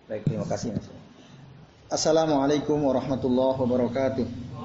Baik, terima kasih Mas. Assalamualaikum warahmatullahi wabarakatuh.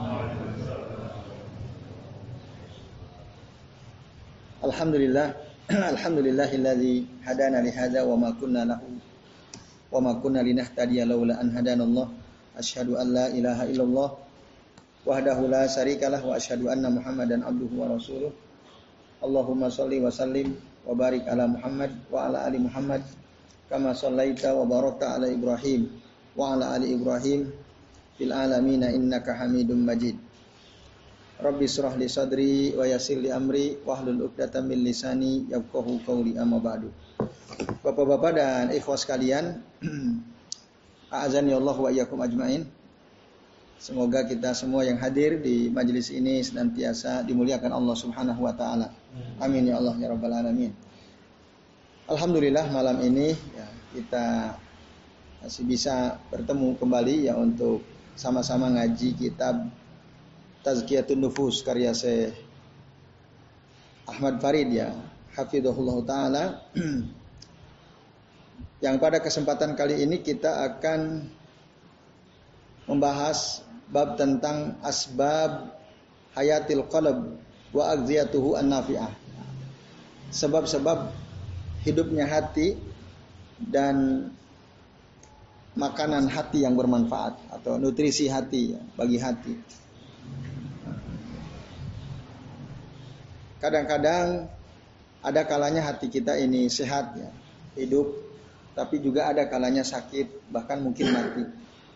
Alhamdulillah, alhamdulillahilladzi hadana li hadza wa ma kunna linahtadiya laula an hadanallah. Asyhadu an la ilaha illallah wahdahu la syarikalah wa asyhadu anna Muhammadan abduhu wa rasuluh. Allahumma shalli wa sallim wa barik ala Muhammad wa ala ali Muhammad kama shallaita wa barakta ala Ibrahim wa ala ali Ibrahim fil alamin innaka Hamidum Majid. Rabbi shrah li sadri wa yassir li amri wahlul 'uqdatam min lisani yafqahu qawli amma ba'du. Bapak-bapak dan ikhwas sekalian, a'azani Allah wa iyyakum ajmain. Semoga kita semua yang hadir di majelis ini senantiasa dimuliakan Allah Subhanahu wa taala. Amin ya Allah ya rabbal alamin. Alhamdulillah malam ini ya, kita masih bisa bertemu kembali ya untuk sama-sama ngaji kitab Tazkiyatun Nufus karya Syekh Ahmad Farid ya, hafizahullah taala. Yang pada kesempatan kali ini kita akan membahas bab tentang asbab hayatil qalb wa agziyatuhu an-nafi'ah. Sebab-sebab hidupnya hati dan makanan hati yang bermanfaat atau nutrisi hati ya, bagi hati. Kadang-kadang ada kalanya hati kita ini sehat ya, hidup, tapi juga ada kalanya sakit, bahkan mungkin mati.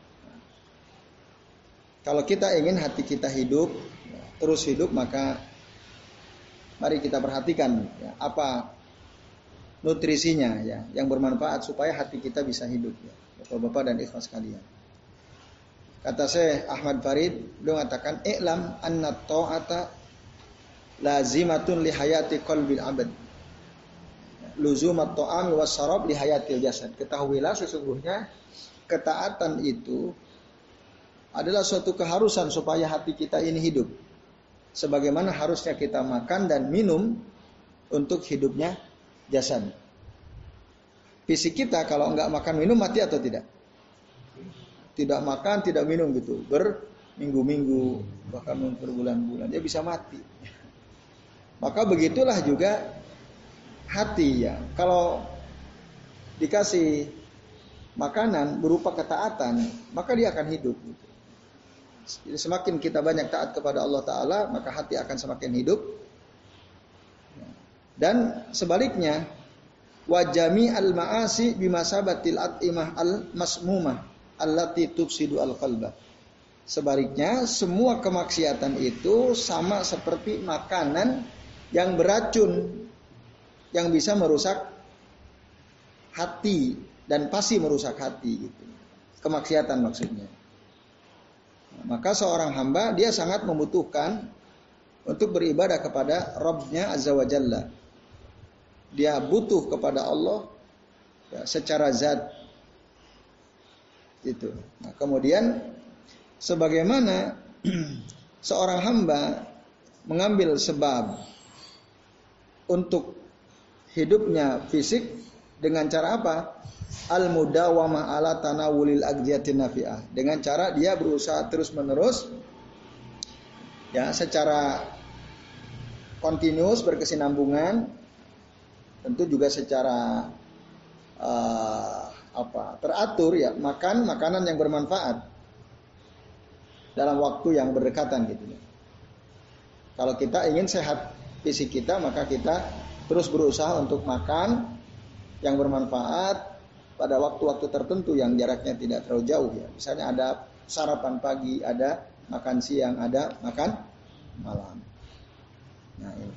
Kalau kita ingin hati kita hidup, terus hidup, maka mari kita perhatikan ya, apa nutrisinya ya, yang bermanfaat supaya hati kita bisa hidup ya, Bapak-bapak dan ikhwas sekalian. Kata Syekh Ahmad Farid, beliau mengatakan, "I'lam anna ta'ata lazimatun li hayati qalbil abad. Luzumat ta'ami wasyarab li hayatil jasad." Ketahuilah sesungguhnya ketaatan itu adalah suatu keharusan supaya hati kita ini hidup. Sebagaimana harusnya kita makan dan minum untuk hidupnya jasad. Fisik kita kalau enggak makan minum mati atau tidak? Tidak makan, tidak minum gitu, berminggu-minggu, bahkan berbulan-bulan, dia bisa mati. Maka begitulah juga hati ya. Kalau dikasih makanan berupa ketaatan, maka dia akan hidup. Jadi semakin kita banyak taat kepada Allah Ta'ala, maka hati akan semakin hidup. Dan sebaliknya, wajami al-ma'asi bimasabatil at'imah al-masmumah allati tufsidu al-qalba. Sebaliknya, semua kemaksiatan itu sama seperti makanan yang beracun, yang bisa merusak hati dan pasti merusak hati gitu. Kemaksiatan maksudnya. Maka seorang hamba dia sangat membutuhkan untuk beribadah kepada Rabb-Nya Azza wa Jalla. Dia butuh kepada Allah ya, secara zat gitu. Nah, kemudian sebagaimana seorang hamba mengambil sebab untuk hidupnya fisik dengan cara apa? Al-mudawamah ala tanawulil agziyatin nafi'ah. Dengan cara dia berusaha terus-menerus ya secara kontinus berkesinambungan, tentu juga secara teratur ya, makan makanan yang bermanfaat dalam waktu yang berdekatan gitu ya. Kalau kita ingin sehat fisik kita, maka kita terus berusaha untuk makan yang bermanfaat pada waktu-waktu tertentu yang jaraknya tidak terlalu jauh ya. Misalnya ada sarapan pagi, ada makan siang, ada makan malam. Nah ini.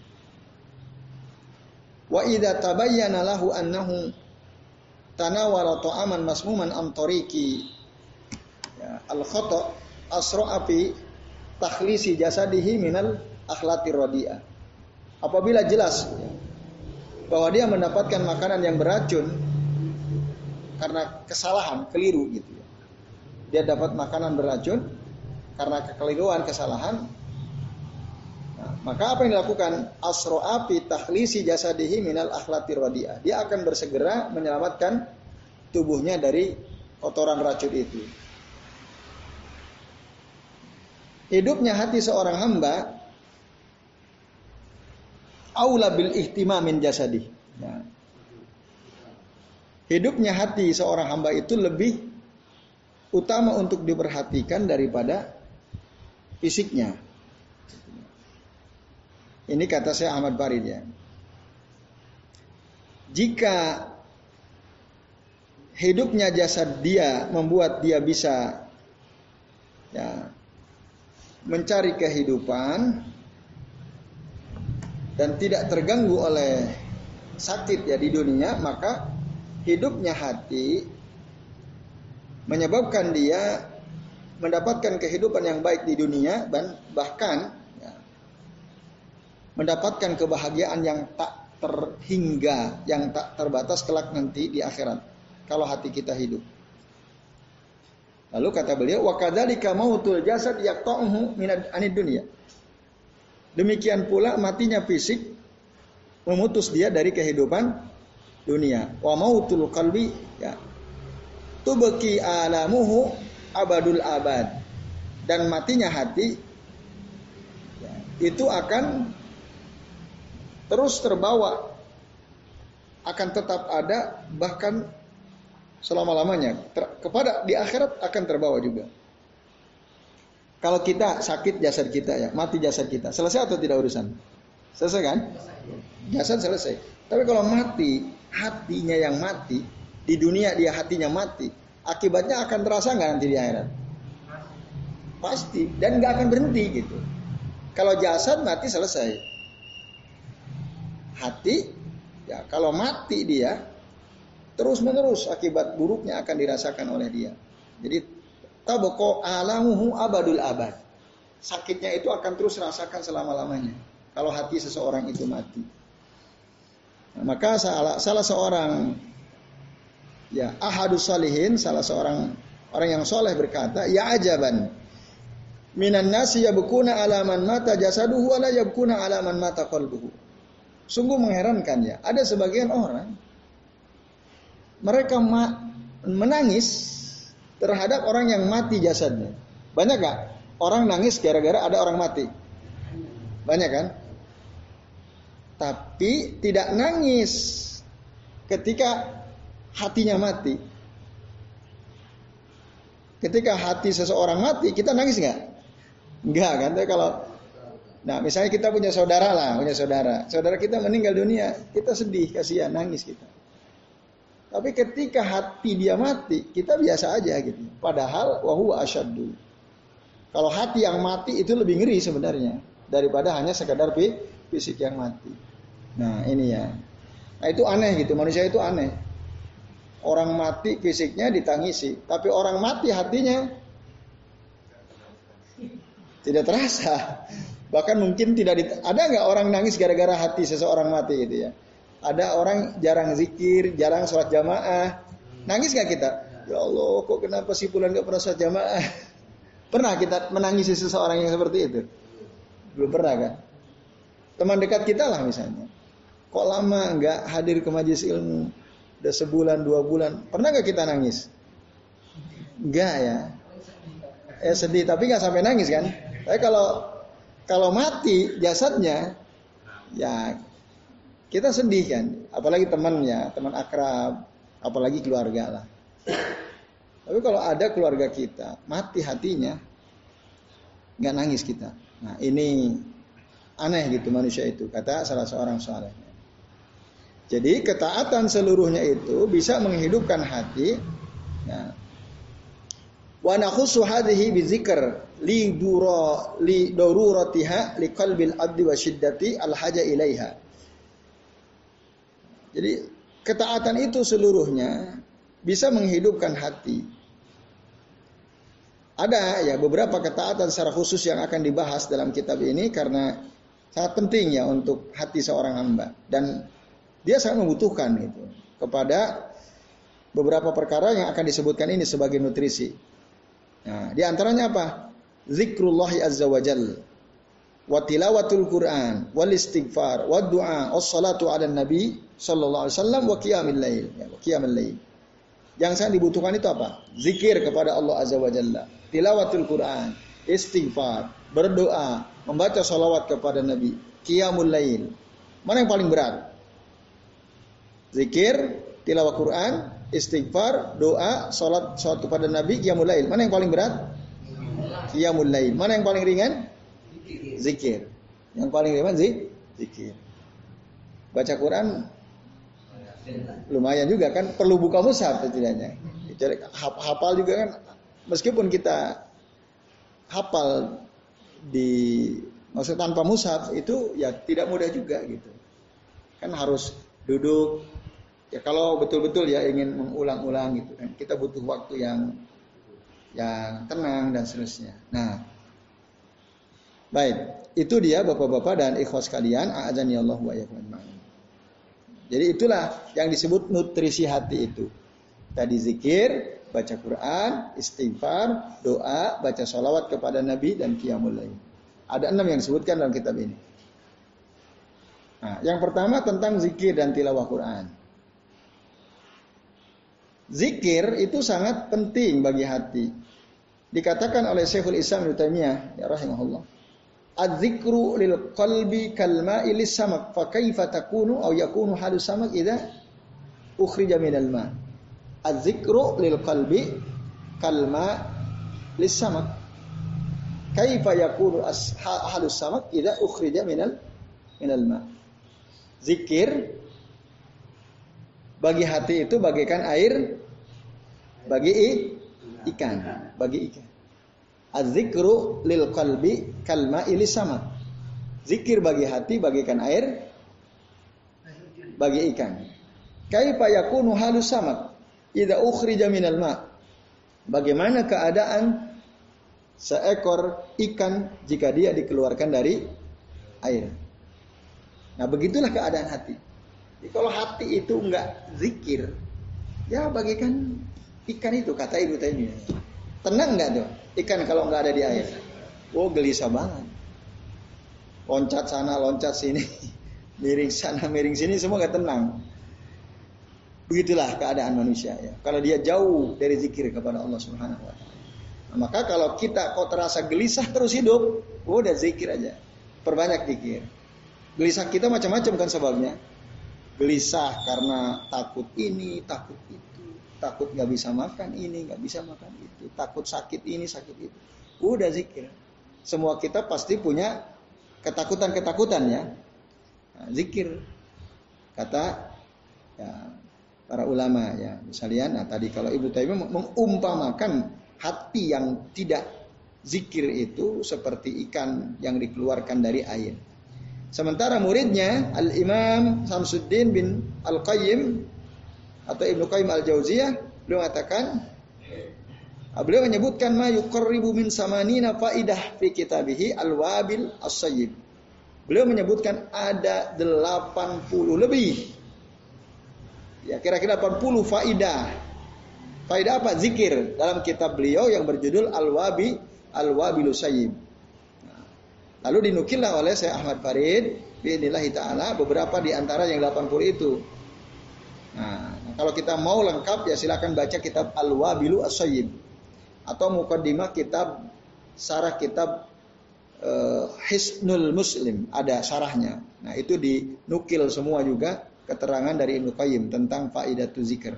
Wa idza tabayyana lahu annahu tanawala ta'aman masmuman am tariqi ya, al-khata' asra'a fi takhlisi jasadihi minal akhlaqir radi'ah. Apabila jelas ya, bahwa dia mendapatkan makanan yang beracun karena kesalahan, keliru gitu ya. Dia dapat makanan beracun karena kekeliruan, kesalahan. Nah, maka apa yang dilakukan? Asro'a fi takhlisi jasadihi minal akhlaqir radi'ah. Dia akan bersegera menyelamatkan tubuhnya dari kotoran racun itu. Hidupnya hati seorang hamba aula bil ihtimam min jasadi. Ya. Hidupnya hati seorang hamba itu lebih utama untuk diperhatikan daripada fisiknya. Ini kata saya Ahmad Farid ya. Jika hidupnya jasad dia membuat dia bisa ya, mencari kehidupan dan tidak terganggu oleh sakit ya di dunia, maka hidupnya hati menyebabkan dia mendapatkan kehidupan yang baik di dunia dan bahkan ya, mendapatkan kebahagiaan yang tak terhingga, yang tak terbatas kelak nanti di akhirat kalau hati kita hidup. Lalu kata beliau, wa kadzalika mautul jasad yaqta'uhu min anid dunya. Demikian pula matinya fisik memutus dia dari kehidupan dunia. Wa mautul qalbi ya tubqi alamuhu abadul abad. Dan matinya hati ya, itu akan terus terbawa, akan tetap ada bahkan selama-lamanya. Kepada di akhirat akan terbawa juga. Kalau kita sakit jasad kita ya, mati jasad kita, selesai atau tidak urusan? Selesai kan? Jasad selesai. Tapi kalau mati, hatinya yang mati, di dunia dia hatinya mati, akibatnya akan terasa nggak nanti di akhirat? Pasti, dan nggak akan berhenti gitu. Kalau jasad mati selesai. Hati, ya kalau mati dia terus menerus akibat buruknya akan dirasakan oleh dia. Jadi tabaqo alamuhu abadul abad. Sakitnya itu akan terus rasakan selama-lamanya kalau hati seseorang itu mati. Nah, maka salah seorang ya ahadus salihin, salah seorang orang yang soleh berkata, ya ajaban minan nasi yabkuna alaman mata jasaduhu wa la yabkuna alaman mata qalbuhu. Sungguh mengherankan ya, ada sebagian orang mereka menangis terhadap orang yang mati jasadnya. Banyak gak orang nangis gara-gara ada orang mati? Banyak kan? Tapi tidak nangis ketika hatinya mati. Ketika hati seseorang mati, kita nangis gak? Enggak kan? Tapi kalau nah, misalnya kita punya saudara lah, saudara kita meninggal dunia, kita sedih, kasihan, nangis kita. Tapi ketika hati dia mati, kita biasa aja gitu. Padahal wahuwa asyaddu. Kalau hati yang mati itu lebih ngeri sebenarnya daripada hanya sekadar fisik yang mati. Nah ini ya. Nah itu aneh gitu, manusia itu aneh. Orang mati fisiknya ditangisi, tapi orang mati hatinya tidak terasa. Bahkan mungkin ada nggak orang nangis gara-gara hati seseorang mati gitu ya? Ada orang jarang zikir, jarang sholat jamaah, nangis nggak kita? Ya Allah, kok kenapa si fulan nggak pernah sholat jamaah? Pernah kita menangisi seseorang yang seperti itu? Belum pernah kan? Teman dekat kita lah misalnya, kok lama nggak hadir ke majelis ilmu? Udah sebulan, 2 bulan, pernah nggak kita nangis? Enggak ya? Sedih, tapi nggak sampai nangis kan? Tapi kalau mati jasadnya, ya kita sedih kan, apalagi temannya, teman akrab, apalagi keluarga lah. Tapi kalau ada keluarga kita mati hatinya, nggak nangis kita. Nah ini aneh gitu manusia itu, kata salah seorang saleh. Jadi ketaatan seluruhnya itu bisa menghidupkan hati. Ya. Wa nakhussu hadhihi bizikr li daruratiha li qalbil abdi wa shiddati al haja ilaiha. Jadi ketaatan itu seluruhnya bisa menghidupkan hati. Ada ya beberapa ketaatan secara khusus yang akan dibahas dalam kitab ini karena sangat penting ya untuk hati seorang hamba dan dia sangat membutuhkan itu kepada beberapa perkara yang akan disebutkan ini sebagai nutrisi. Nah, di antaranya apa? Zikrullahi azza wa jalla wa tilawatul Quran wal istighfar wa du'a was salatu ala nabi sallallahu alaihi wasallam wa qiyamul lail. Ya, wa qiyamul lail. Yang sangat dibutuhkan itu apa? Zikir kepada Allah Azza wa Jalla, tilawatul Quran, istighfar, berdoa, membaca sholawat kepada Nabi, qiyamul lail. Mana yang paling berat? Zikir, tilawah Quran, istighfar, doa, sholat kepada Nabi, qiyamul lail. Mana yang paling berat? Qiyamul lail. Mana yang paling ringan? Zikir. Yang paling ringan zikir. Baca Quran lumayan juga kan, perlu buka mushaf setidaknya. Hafal juga kan, meskipun kita hafal maksud tanpa mushaf itu ya tidak mudah juga gitu. Kan harus duduk. Ya kalau betul-betul ya ingin mengulang-ulang gitu kan, kita butuh waktu yang tenang dan seterusnya. Nah, baik, itu dia Bapak-bapak dan ikhwas sekalian, a'adzani Allah wa iyyakum ajma'in. Jadi itulah yang disebut nutrisi hati itu. Tadi zikir, baca Quran, istighfar, doa, baca sholawat kepada Nabi dan qiyamul lail. Ada 6 yang disebutkan dalam kitab ini. Nah, yang pertama tentang zikir dan tilawah Quran. Zikir itu sangat penting bagi hati. Dikatakan oleh Syekhul Islam Ibnu Taimiyah ya rahimahullah, "Adz-dzikru lil qalbi kalma'i lis-samak, fa kaifa takunu aw yakunu halus samak idza ukhrija minal ma." Adz-dzikru lil qalbi kalma lis-samak, kaifa yakunu halus samak idza ukhrija minal ma. Zikir bagi hati itu bagaikan air bagi ikan. Az-zikru lil qalbi kalma ilis sama. Zikir bagi hati bagaikan air bagi ikan. Kaifa yakunu halus samak idza ukhrija minal ma. Bagaimana keadaan seekor ikan jika dia dikeluarkan dari air. Nah, begitulah keadaan hati. Jadi kalau hati itu enggak zikir, ya bagaikan ikan itu, kata Ibnu Taimiyah. Tenang enggak tuh ikan kalau enggak ada di air? Oh, gelisah banget. Loncat sana, loncat sini, miring sana, miring sini, semua enggak tenang. Begitulah keadaan manusia ya. Kalau dia jauh dari zikir kepada Allah Subhanahu wa taala. Nah, maka kalau kita kok terasa gelisah terus hidup, udah zikir aja. Perbanyak zikir. Gelisah kita macam-macam kan sebabnya. Gelisah karena takut ini, takut itu, takut nggak bisa makan ini, nggak bisa makan itu, takut sakit ini, sakit itu. Udah zikir. Semua kita pasti punya ketakutan-ketakutan ya. Nah, zikir. Kata ya, para ulama ya, misalnya. Nah tadi kalau Ibnu Taimiyah mengumpamakan hati yang tidak zikir itu seperti ikan yang dikeluarkan dari air. Sementara muridnya Al-Imam Samsuddin bin Al-Qayyim atau Ibnu Qayyim Al-Jauziyah beliau mengatakan, beliau menyebutkan ma yuqarribu min samanina faidah fi kitabihi Al-Wabil As-Sayyib. Beliau menyebutkan ada 80 lebih. Ya, kira-kira 80 faidah. Faidah apa? Zikir dalam kitab beliau yang berjudul Al-Wabil As-Sayyib. Lalu dinukillah oleh Syekh Ahmad Farid bi'idnillahi ta'ala beberapa di antara yang 80 itu. Nah, kalau kita mau lengkap ya silakan baca kitab Al-Wabilu As-Sayyib atau muqaddimah kitab syarah kitab Hisnul Muslim, ada syarahnya. Nah, itu dinukil semua juga keterangan dari Ibnu Qayyim tentang faidatu zikir.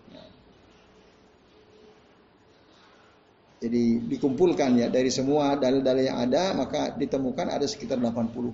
Jadi dikumpulkan ya dari semua dalil-dalil yang ada, maka ditemukan ada sekitar 80.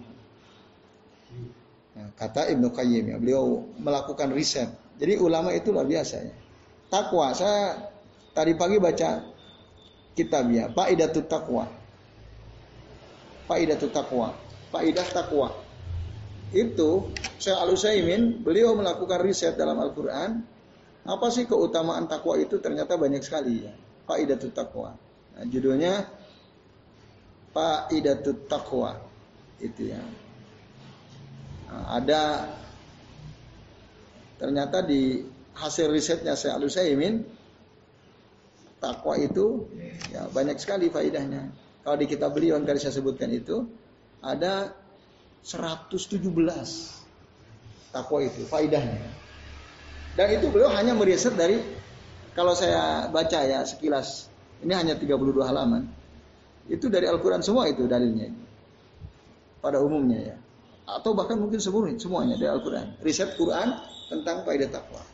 Nah, kata Ibnu Qayyim ya, beliau melakukan riset. Jadi ulama itu luar biasa ya. Takwa, saya tadi pagi baca kitab ya, Faidatut Taqwa. Faidatut Taqwa, faidah takwa. Itu Syekh Al-Utsaimin, beliau melakukan riset dalam Al-Qur'an. Apa sih keutamaan takwa itu? Ternyata banyak sekali ya. Faidatut Taqwa. Nah, judulnya Faidatut Taqwa. Itu ya. Nah, ada ternyata di hasil risetnya Syekh Al-Utsaimin, takwa itu ya banyak sekali faidahnya. Kalau di kitab beliau yang tadi saya sebutkan itu ada 117 takwa itu faidahnya. Dan itu beliau hanya meriset dari kalau saya baca ya sekilas, ini hanya 32 halaman. Itu dari Al-Quran semua itu dalilnya. Pada umumnya ya. Atau bahkan mungkin semuanya dari Al-Quran. Riset Quran tentang faedah takwa.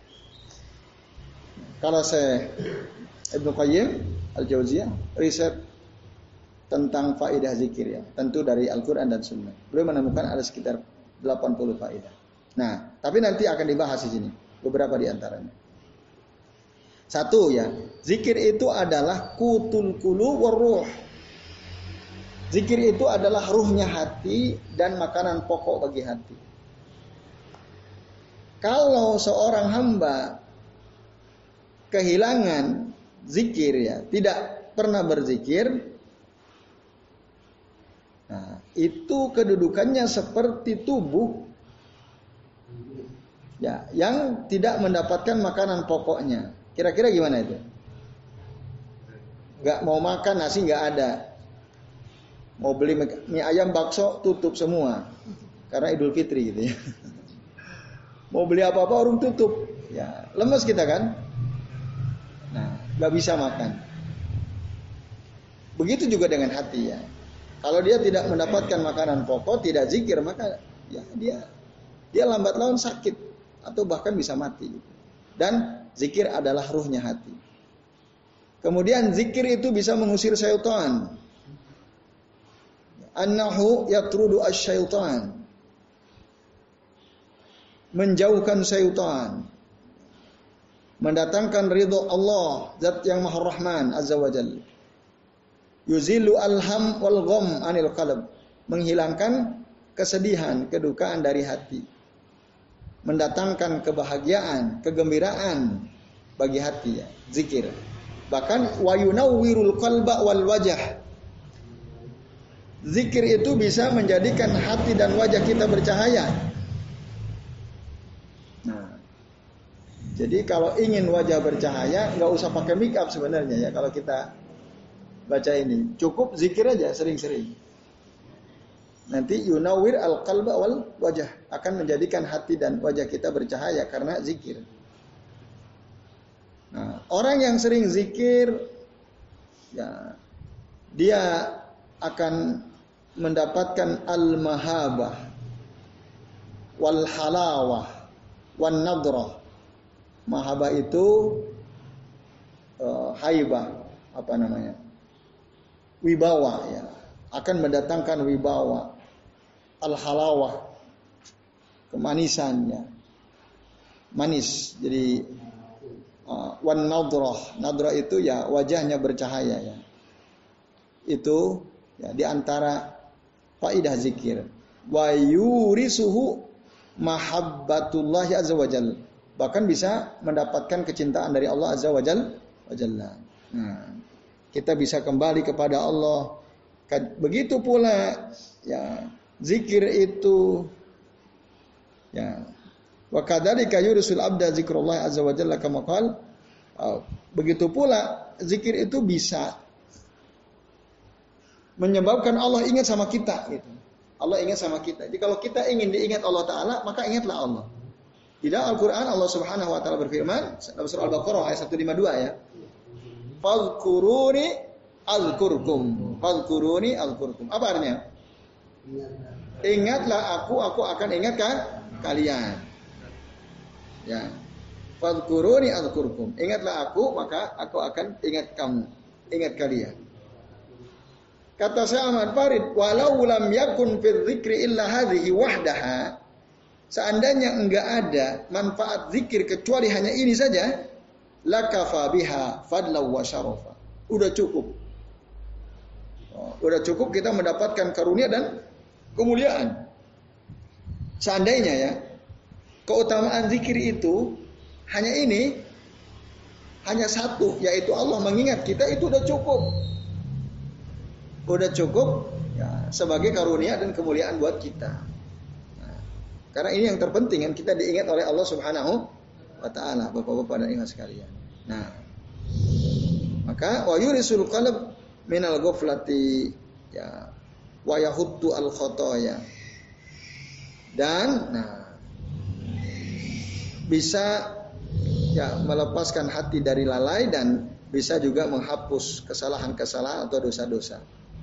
Kalau saya Ibnu Qayyim Al-Jauziyah riset tentang faedah zikir ya. Tentu dari Al-Quran dan Sunnah. Beliau menemukan ada sekitar 80 faedah. Nah, tapi nanti akan dibahas di sini. Beberapa di antaranya. Satu ya, zikir itu adalah kutul qulub waruh. Zikir itu adalah ruhnya hati dan makanan pokok bagi hati. Kalau seorang hamba kehilangan zikir ya, tidak pernah berzikir, nah, itu kedudukannya seperti tubuh ya, yang tidak mendapatkan makanan pokoknya. Kira-kira gimana itu? Gak mau makan, nasi gak ada. Mau beli mie ayam bakso tutup semua karena Idul Fitri gitu ya. Mau beli apa-apa warung tutup. Ya, lemes kita kan? Nah, gak bisa makan. Begitu juga dengan hati ya. Kalau dia tidak mendapatkan makanan pokok, tidak zikir, maka ya dia lambat laun sakit atau bahkan bisa mati. Dan zikir adalah ruhnya hati. Kemudian zikir itu bisa mengusir syaitan. Annahu yatrudu asy-syaitan. Menjauhkan syaitan. Mendatangkan ridho Allah, Zat yang Maha Rahman Azza wa Jalla. Yuzilu alham wal gham anil qalb. Menghilangkan kesedihan, kedukaan dari hati. Mendatangkan kebahagiaan, kegembiraan bagi hati ya, zikir. Bahkan wa yunawwirul qalba wal wajah. Zikir itu bisa menjadikan hati dan wajah kita bercahaya. Nah, jadi kalau ingin wajah bercahaya, nggak usah pakai make up sebenarnya ya. Kalau kita baca ini, cukup zikir aja sering-sering. Nanti yunawwir al-qalba wal wajah, akan menjadikan hati dan wajah kita bercahaya karena zikir. Nah, orang yang sering zikir, ya, dia akan mendapatkan al-mahabah wal halawah wan nadrah. Mahabah itu haibah, apa namanya? Wibawa ya. Akan mendatangkan wibawa. Al-halawah, kemanisannya. Manis. Jadi wan nadrah itu ya wajahnya bercahaya ya. Itu ya di antara faidah zikir. Wa yurisuhu mahabbatullah azza wajalla. Bahkan bisa mendapatkan kecintaan dari Allah azza wajalla. Nah, kita bisa kembali kepada Allah. Begitu pula ya zikir itu ya wa kadzalika yurisul abda zikrullah azza wajalla kama qala. Begitu pula zikir itu bisa menyebabkan Allah ingat sama kita gitu. Allah ingat sama kita. Jadi kalau kita ingin diingat Allah Ta'ala, maka ingatlah Allah. Di dalam Al-Quran Allah Subhanahu Wa Ta'ala berfirman dalam surah Al-Baqarah ayat 152 ya. Fadhkuruni azkurkum. Fadhkuruni azkurkum. Apa artinya? Ingatlah aku akan ingatkan kalian. Ya. Fadhkuruni azkurkum. Ingatlah aku, maka aku akan ingat kamu, ingat kalian. Kata Syekh Ahmad Farid, walau lam yakun fil dzikri illa hadhihi wahdaha. Seandainya enggak ada manfaat zikir kecuali hanya ini saja, lakafa biha fadla wa syarafa. Udah cukup. Udah cukup kita mendapatkan karunia dan kemuliaan. Seandainya ya, keutamaan zikir itu hanya ini, hanya satu, yaitu Allah mengingat kita, itu udah cukup. Udah cukup ya, sebagai karunia dan kemuliaan buat kita. Nah, karena ini yang terpenting kan, kita diingat oleh Allah Subhanahu wa Ta'ala, Bapak-bapak dan ibu sekalian. Nah, maka wa yurisul qalb minal ghaflati ya wa yahuttu al khotoya. Dan nah, bisa ya melepaskan hati dari lalai dan bisa juga menghapus kesalahan-kesalahan atau dosa-dosa.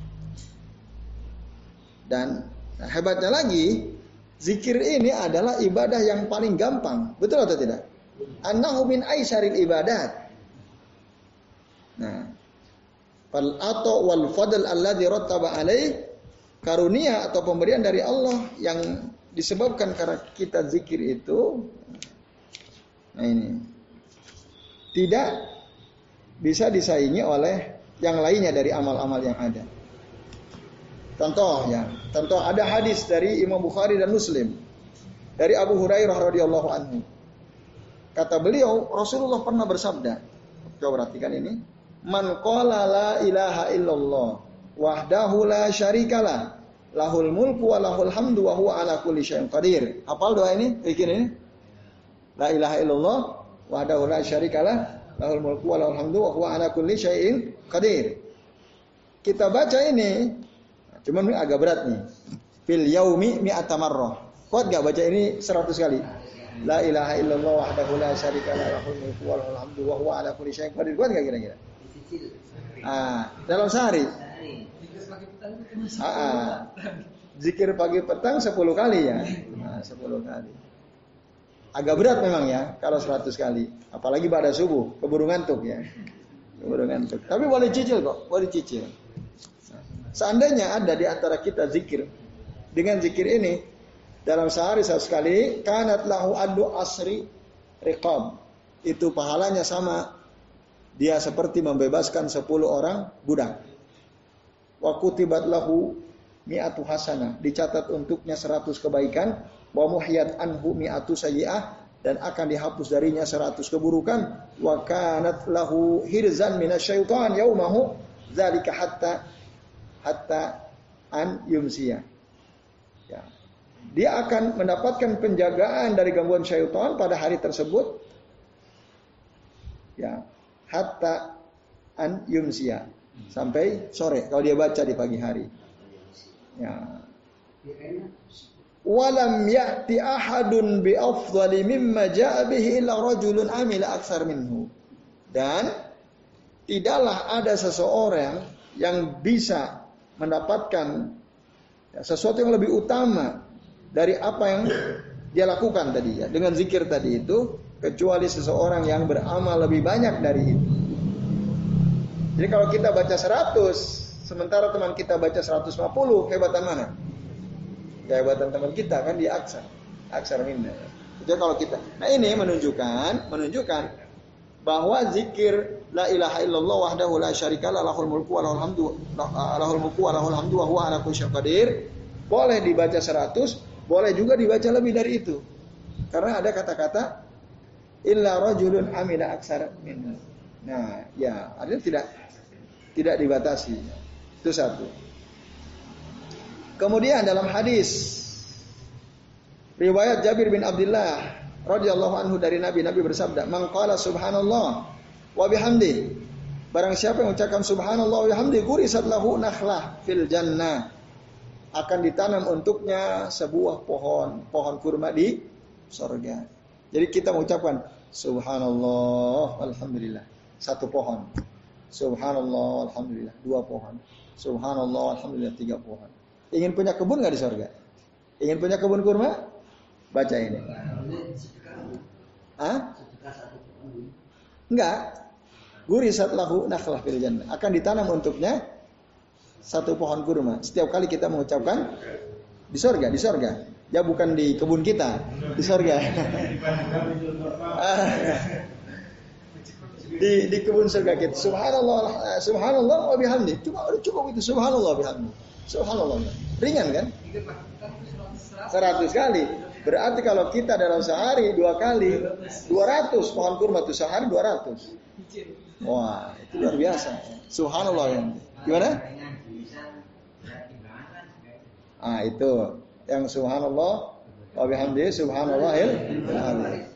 Dan hebatnya lagi, zikir ini adalah ibadah yang paling gampang. Betul atau tidak? Annahu min aisyaril ibadat. Nah, atau wal fadl alladzi rattaba alaih, karunia atau pemberian dari Allah yang disebabkan karena kita zikir itu. Nah ini tidak bisa disaingi oleh yang lainnya dari amal-amal yang ada. Contoh ada hadis dari Imam Bukhari dan Muslim dari Abu Hurairah radhiyallahu anhu. Kata beliau, Rasulullah pernah bersabda, coba perhatikan ini, man qala la ilaha illallah wahdahu la syarikalah lahul mulku wa lahul hamdu wa huwa ala kulli syai'in qadir. Hafal doa ini? Bikin ini. La ilaha illallah wahdahu la syarikalah lahul mulku wa lahul hamdu wa huwa ala kulli syai'in qadir. Kita baca ini, cuman agak berat nih. Fil yaumi mi'ata marrah. Kuat enggak baca ini 100 kali? La ilaha illallah wahdahu la syarikalah lahul mulku wa lahul hamdu wa huwa ala kulli syai'in qadir. Kuat enggak kira-kira? Dalam sehari. Zikir pagi petang 10 kali ya. 10 kali. Agak berat memang ya kalau 100 kali. Apalagi pada subuh, keburu ngantuk ya. Keburu ngantuk. Tapi boleh cicil kok, boleh cicil. Seandainya ada di antara kita zikir dengan zikir ini dalam sehari 100 kali, kanat lahu adu asri riqab. Itu pahalanya sama dia seperti membebaskan 10 orang budak. Wa kutibat lahu mi'atu hasanah, dicatat untuknya 100 kebaikan, wa muhiyat anhu mi'atu sayyi'ah, dan akan dihapus darinya 100 keburukan, wa kanat lahu hirzan minasyaitan yaumahu dzalika hatta an yumsiya. Ya. Dia akan mendapatkan penjagaan dari gangguan syaitan pada hari tersebut. Ya, hatta an yumsiya, sampai sore kalau dia baca di pagi hari. Ya. Walam ya'ti ahadun bi afdali mimma ja'a bihi illa rajulun amila aktsar minhu. Dan tidaklah ada seseorang yang bisa mendapatkan sesuatu yang lebih utama dari apa yang dia lakukan tadi ya, dengan zikir tadi itu, kecuali seseorang yang beramal lebih banyak dari itu. Jadi kalau kita baca 100, sementara teman kita baca 150, hebatan mana? Kehebatan teman kita kan dia aksar minna. Jadi kalau kita, nah ini menunjukkan bahwa zikir la ilaha illallah wahdahu la syarikalah lahul mulku wa lahul hamdu wa huwa ala kulli syai'in qadir boleh dibaca 100, boleh juga dibaca lebih dari itu. Karena ada kata-kata illa rajulun amila aksar minna. Nah, ya, artinya tidak dibatasi. Itu satu. Kemudian dalam hadis riwayat Jabir bin Abdullah radhiyallahu anhu dari Nabi bersabda, "Man qala subhanallah wa bihamdi." Barang siapa yang mengucapkan subhanallah wa bihamdi, gurisat lahu nakhlah fil jannah. Akan ditanam untuknya sebuah pohon kurma di surga. Jadi kita mengucapkan subhanallah alhamdulillah, satu pohon. Subhanallah alhamdulillah, dua pohon. Subhanallah alhamdulillah, tiga pohon. Ingin punya kebun enggak di surga? Ingin punya kebun kurma? Baca ini. Enggak. Gurisat lahu nakhlah fil jannah. Akan ditanam untuknya satu pohon kurma. Setiap kali kita mengucapkan di surga. Ya bukan di kebun kita, di surga. di kebun surga kita. Subhanallah wa bihamdi. Cukup itu subhanallah wa bihamdi. Subhanallah. Ringan kan? 100 kali. Berarti kalau kita dalam sehari 2 kali 200 pohon kurma itu sehari 200. Wah, itu luar biasa. Subhanallah ya. Gimana? Itu yang subhanallah wa bihamdihi subhanallahil azim.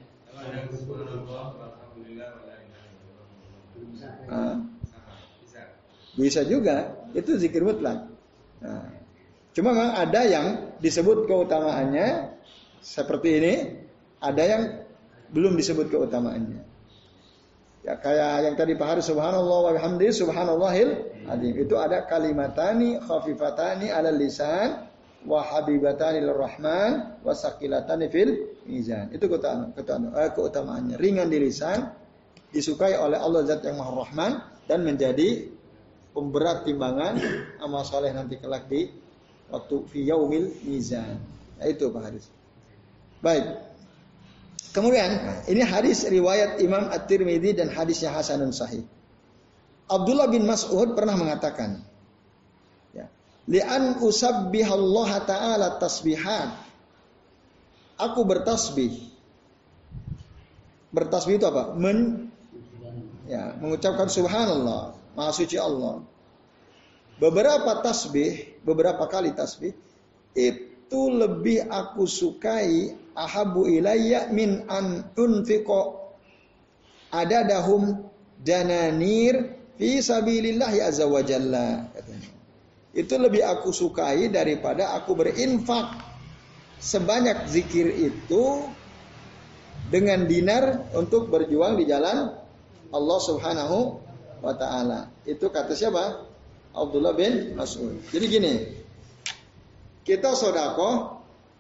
Bisa juga, itu zikir mutlak. Nah, cuma memang ada yang disebut keutamaannya seperti ini, ada yang belum disebut keutamaannya. Ya kayak yang tadi Pak Haris subhanallah wa bihamdihi subhanallahil azim. Itu ada kalimatani khafifatani 'alal lisan wa habibatani lirrahman wa saqilatani fil mizan. Itu keutamaannya. Ringan di lisan, disukai oleh Allah Zat yang Maha Rahman dan menjadi pemberat timbangan amal soleh nanti kelak di waktu fi yaumil mizan. Nah, itu Pak Haris. Baik. Kemudian ini hadis riwayat Imam At-Tirmidzi dan hadisnya hasanun sahih. Abdullah bin Mas'ud pernah mengatakan, ya, li'an usabbihallah ta'ala tasbihat. Aku bertasbih. Bertasbih itu apa? Mengucapkan subhanallah, maha suci Allah. Beberapa kali tasbih itu lebih aku sukai, ahabu ilayya min an unfiqo adadahum dananir fi sabilillahi azza wa jalla. Itu lebih aku sukai daripada aku berinfak sebanyak zikir itu dengan dinar untuk berjuang di jalan Allah Subhanahu wa taala. Itu kata siapa? Abdullah bin Mas'ud. Jadi gini, kita sedekah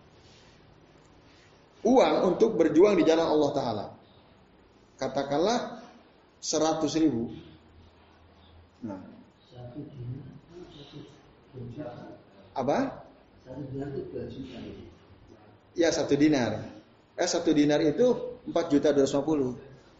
uang untuk berjuang di jalan Allah Ta'ala. Katakanlah 100.000. Nah. Apa? Ya 1 dinar. 1 dinar itu 4.250.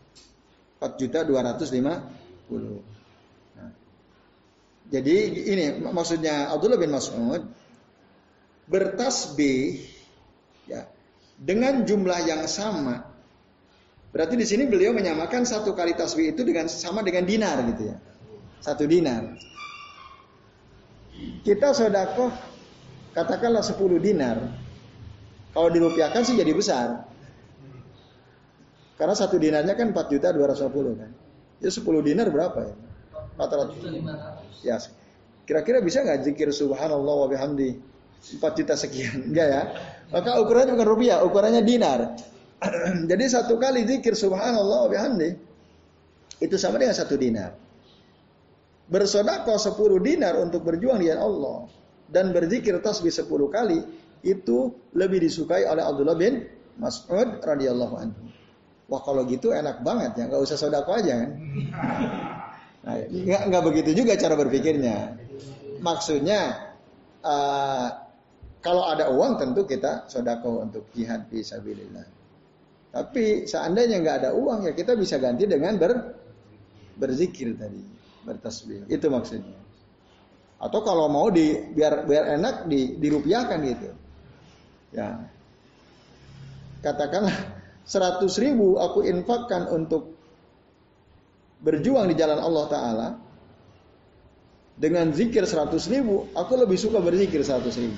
4.250. Nah. Jadi ini maksudnya Abdullah bin Mas'ud bertasbih ya dengan jumlah yang sama. Berarti di sini beliau menyamakan 1 kali tasbih itu sama dengan dinar gitu ya. 1 dinar. Kita sedekah katakanlah 10 dinar. Kalau dirupiahkan sih jadi besar. Karena 1 dinarnya kan 4.250 kan. Ya 10 dinar berapa ya? 400. Ya. Kira-kira bisa enggak zikir subhanallah wa bihamdi 4 juta sekian? Enggak ya. Maka ukurannya bukan rupiah, ukurannya dinar. Jadi 1 kali zikir subhanallah wa bihamdi itu sama dengan 1 dinar. Bersedekah 10 dinar untuk berjuang di jalan Allah dan berzikir tasbih 10 kali itu lebih disukai oleh Abdullah bin Mas'ud radhiyallahu anhu. Wah kalau gitu enak banget ya, nggak usah sedekah aja kan? Nah, nggak begitu juga cara berpikirnya. Maksudnya kalau ada uang tentu kita sedekah untuk jihad fi sabilillah. Tapi seandainya nggak ada uang ya kita bisa ganti dengan berzikir tadi, bertasbih. Itu maksudnya. Atau kalau mau biar enak dirupiahkan gitu. Ya. Katakanlah 100.000 aku infakkan untuk berjuang di jalan Allah Ta'ala. Dengan zikir 100.000 aku lebih suka berzikir 100.000.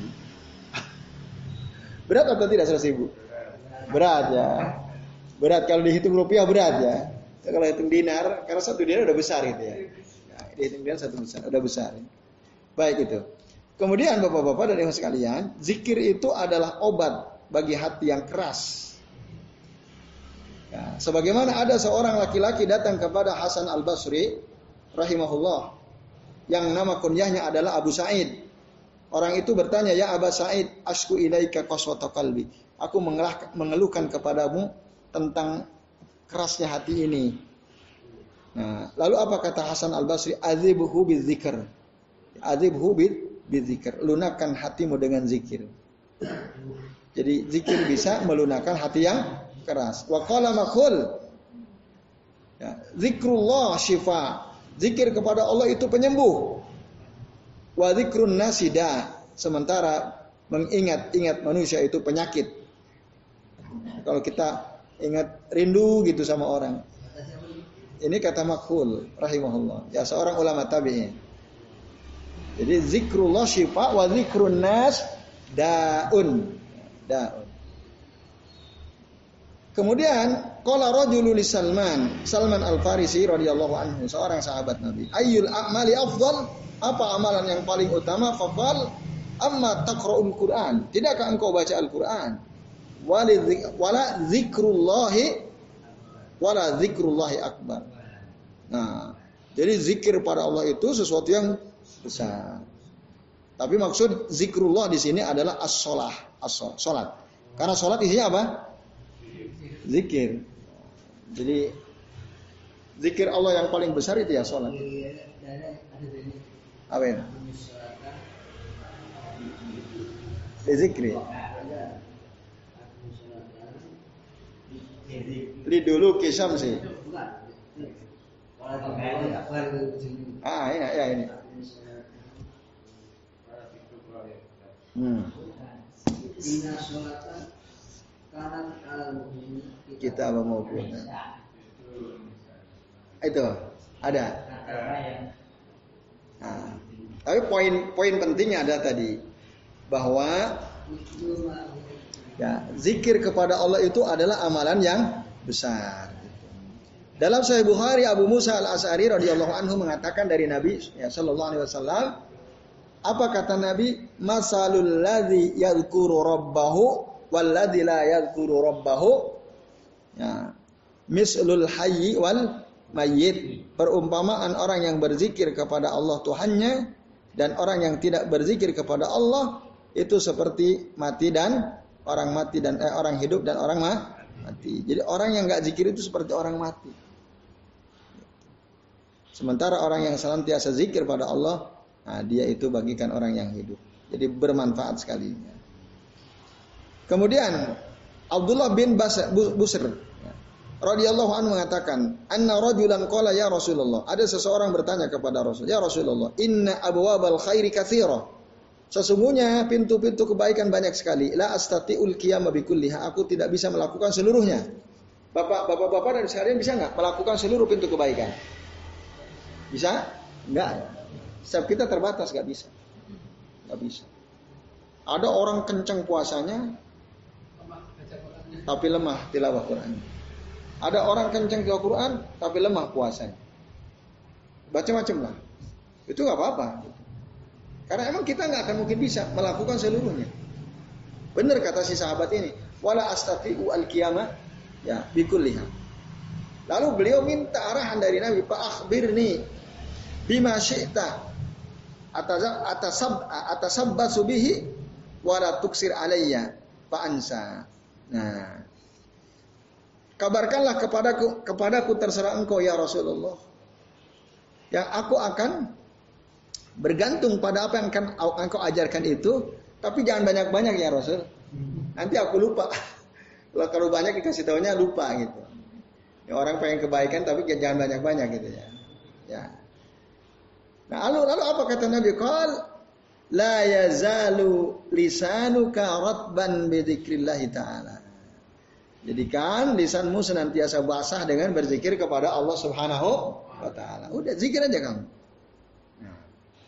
Berat atau tidak 100.000? Berat ya. Berat kalau dihitung rupiah berat ya. Kalau hitung dinar, karena 1 dinar udah besar gitu ya. Nah, dihitung dinar 1 besar, udah besar. Baik itu. Kemudian bapak-bapak dan ibu sekalian, zikir itu adalah obat bagi hati yang keras. Ya, sebagaimana ada seorang laki-laki datang kepada Hasan Al-Basri rahimahullah yang nama kunyahnya adalah Abu Sa'id. Orang itu bertanya, "Ya Aba Sa'id, asku ilaika qaswata qalbi." Aku mengeluhkan kepadamu tentang kerasnya hati ini. Nah, lalu apa kata Hasan Al-Basri? "Adzibhu bidzikr." Adzibhu bidzikr. Lunakkan hatimu dengan zikir. Jadi zikir bisa melunakkan hati yang keras. Wa qala maqul. Ya, zikrullah syifa. Zikir kepada Allah itu penyembuh. Wa zikrun nasida. Sementara mengingat-ingat manusia itu penyakit. Kalau kita ingat rindu gitu sama orang. Ini kata Makhul rahimahullah. Ya seorang ulama tabi'in. Jadi zikrullah syifa wa zikrun nas daun. Kemudian qala rajulun li Salman Al-Farisi radhiyallahu anhu, seorang sahabat Nabi. Ayyul a'mali afdal? Apa amalan yang paling utama? Faqal amma taqra'ul Qur'an. Tidakkah engkau baca Al-Qur'an? Wala zikrullahi wala dzikrullahi akbar. Nah, jadi zikir pada Allah itu sesuatu yang besar. Tapi maksud zikrullah di sini adalah salat. Karena salat isinya apa? Zikir. Jadi zikir Allah yang paling besar itu ya salat. Apa ini? Zikri. Li dulu kisam sih. Ya ini. Kita apa mau punya? Itu ada. Nah, tapi poin pentingnya ada tadi bahwa ya zikir kepada Allah itu adalah amalan yang besar. Dalam Sahih Bukhari, Abu Musa al-Asy'ari radhiyallahu anhu mengatakan dari Nabi ya sallallahu alaihi wasallam, apa kata Nabi? Masalul ladzi yadhkuru rabbahu wal ladzi la yadhkuru rabbahu ya mislul hayyi wal mayyit. Perumpamaan orang yang berzikir kepada Allah Tuhannya dan orang yang tidak berzikir kepada Allah itu seperti mati dan orang mati dan orang hidup dan orang mati. Jadi orang yang enggak zikir itu seperti orang mati. Sementara orang yang senantiasa zikir pada Allah, nah dia itu bagikan orang yang hidup. Jadi bermanfaat sekali. Kemudian Abdullah bin Busr radhiyallahu anhu mengatakan, "Anna rajulan qala ya Rasulullah." Ada seseorang bertanya kepada Rasul, "Ya Rasulullah, inna abwabal khairi katsira." Sesungguhnya pintu-pintu kebaikan banyak sekali. La astati'ul qiyama bikulliha. Aku tidak bisa melakukan seluruhnya. Bapak-bapak dan sekalian bisa enggak melakukan seluruh pintu kebaikan? Bisa? Enggak. Setiap kita terbatas, enggak bisa. Enggak bisa. Ada orang kencang puasanya tapi lemah tilawah Quran. Ada orang kencang tilawah Quran tapi lemah puasanya. Macam-macam lah. Itu enggak apa-apa. Karena emang kita enggak akan mungkin bisa melakukan seluruhnya. Benar kata si sahabat ini, wala astati'u al-qiyamah ya bikulliha. Lalu beliau minta arahan dari Nabi, "Fa akhbirni bima syi'ta atasabbasu bihi wa la tuksir alayya fa ansa." Nah, kabarkanlah kepadaku terserah engkau ya Rasulullah. Yang aku akan bergantung pada apa yang akan engkau ajarkan itu, tapi jangan banyak-banyak ya Rasul. Nanti aku lupa. Kalau banyak dikasih taunya lupa gitu. Ya, orang pengen kebaikan tapi jangan banyak-banyak gitu ya. Ya. Nah, lalu apa kata Nabi? Qal la yazalu lisanuka ratban bi dzikrillah taala. Jadikan lisanmu senantiasa basah dengan berzikir kepada Allah Subhanahu wa taala. Udah zikir aja kamu. Nah.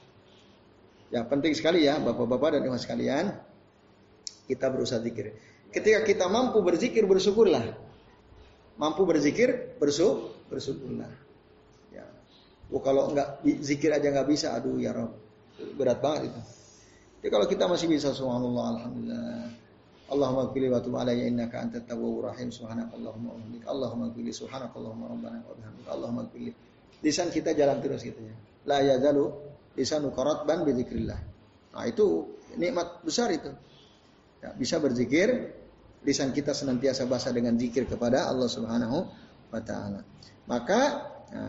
Ya, penting sekali ya Bapak-bapak dan Ibu sekalian. Kita berusaha zikir. Ketika kita mampu berzikir, bersyukurlah. Mampu berzikir, bersyukurlah. Ya. Kalau enggak zikir aja enggak bisa, aduh ya Rabb. Berat banget itu. Jadi kalau kita masih bisa, subhanallah, alhamdulillah. Allahumma qili wa tub alayya innaka antat tawwabur rahim. Subhanakallahumma wa bihamdika. Allahumma qili subhanakallahumma rabbana wa bihamdika. Allahumma qili. Lisan kita jalan terus gitu ya. La yazalu lisanu qaratban bi dzikrillah. Nah, itu nikmat besar itu. Ya, bisa berzikir, lisan kita senantiasa basah dengan zikir kepada Allah Subhanahu wa taala. Maka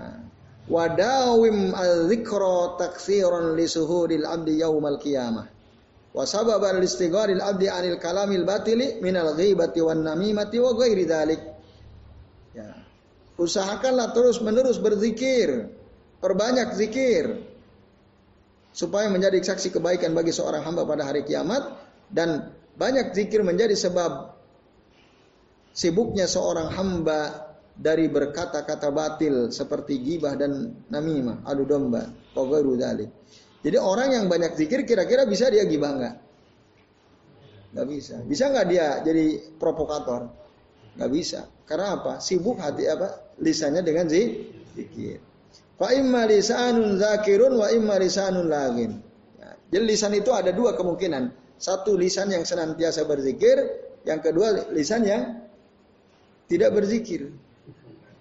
wadawim al-dzikra taksiran li suhudil abdi yaumal qiyamah. Wa sababan listigharil abdi anil kalamil batili minal ghibati wan namimati wa ghairi dzalik. Ya. Usahakanlah terus-menerus berzikir, perbanyak zikir supaya menjadi saksi kebaikan bagi seorang hamba pada hari kiamat, dan banyak zikir menjadi sebab sibuknya seorang hamba dari berkata-kata batil seperti ghibah dan namimah, adu domba, wa ghairu dzalik. Jadi orang yang banyak zikir kira-kira bisa dia ghibah enggak? Enggak bisa. Bisa enggak dia jadi provokator? Enggak bisa. Karena apa? Sibuk hati lisannya dengan zikir. Fa imma lisanun zakirun wa imma lisanun laghin. Ya, jadi lisan itu ada dua kemungkinan. Satu lisan yang senantiasa berzikir, yang kedua lisan yang tidak berzikir.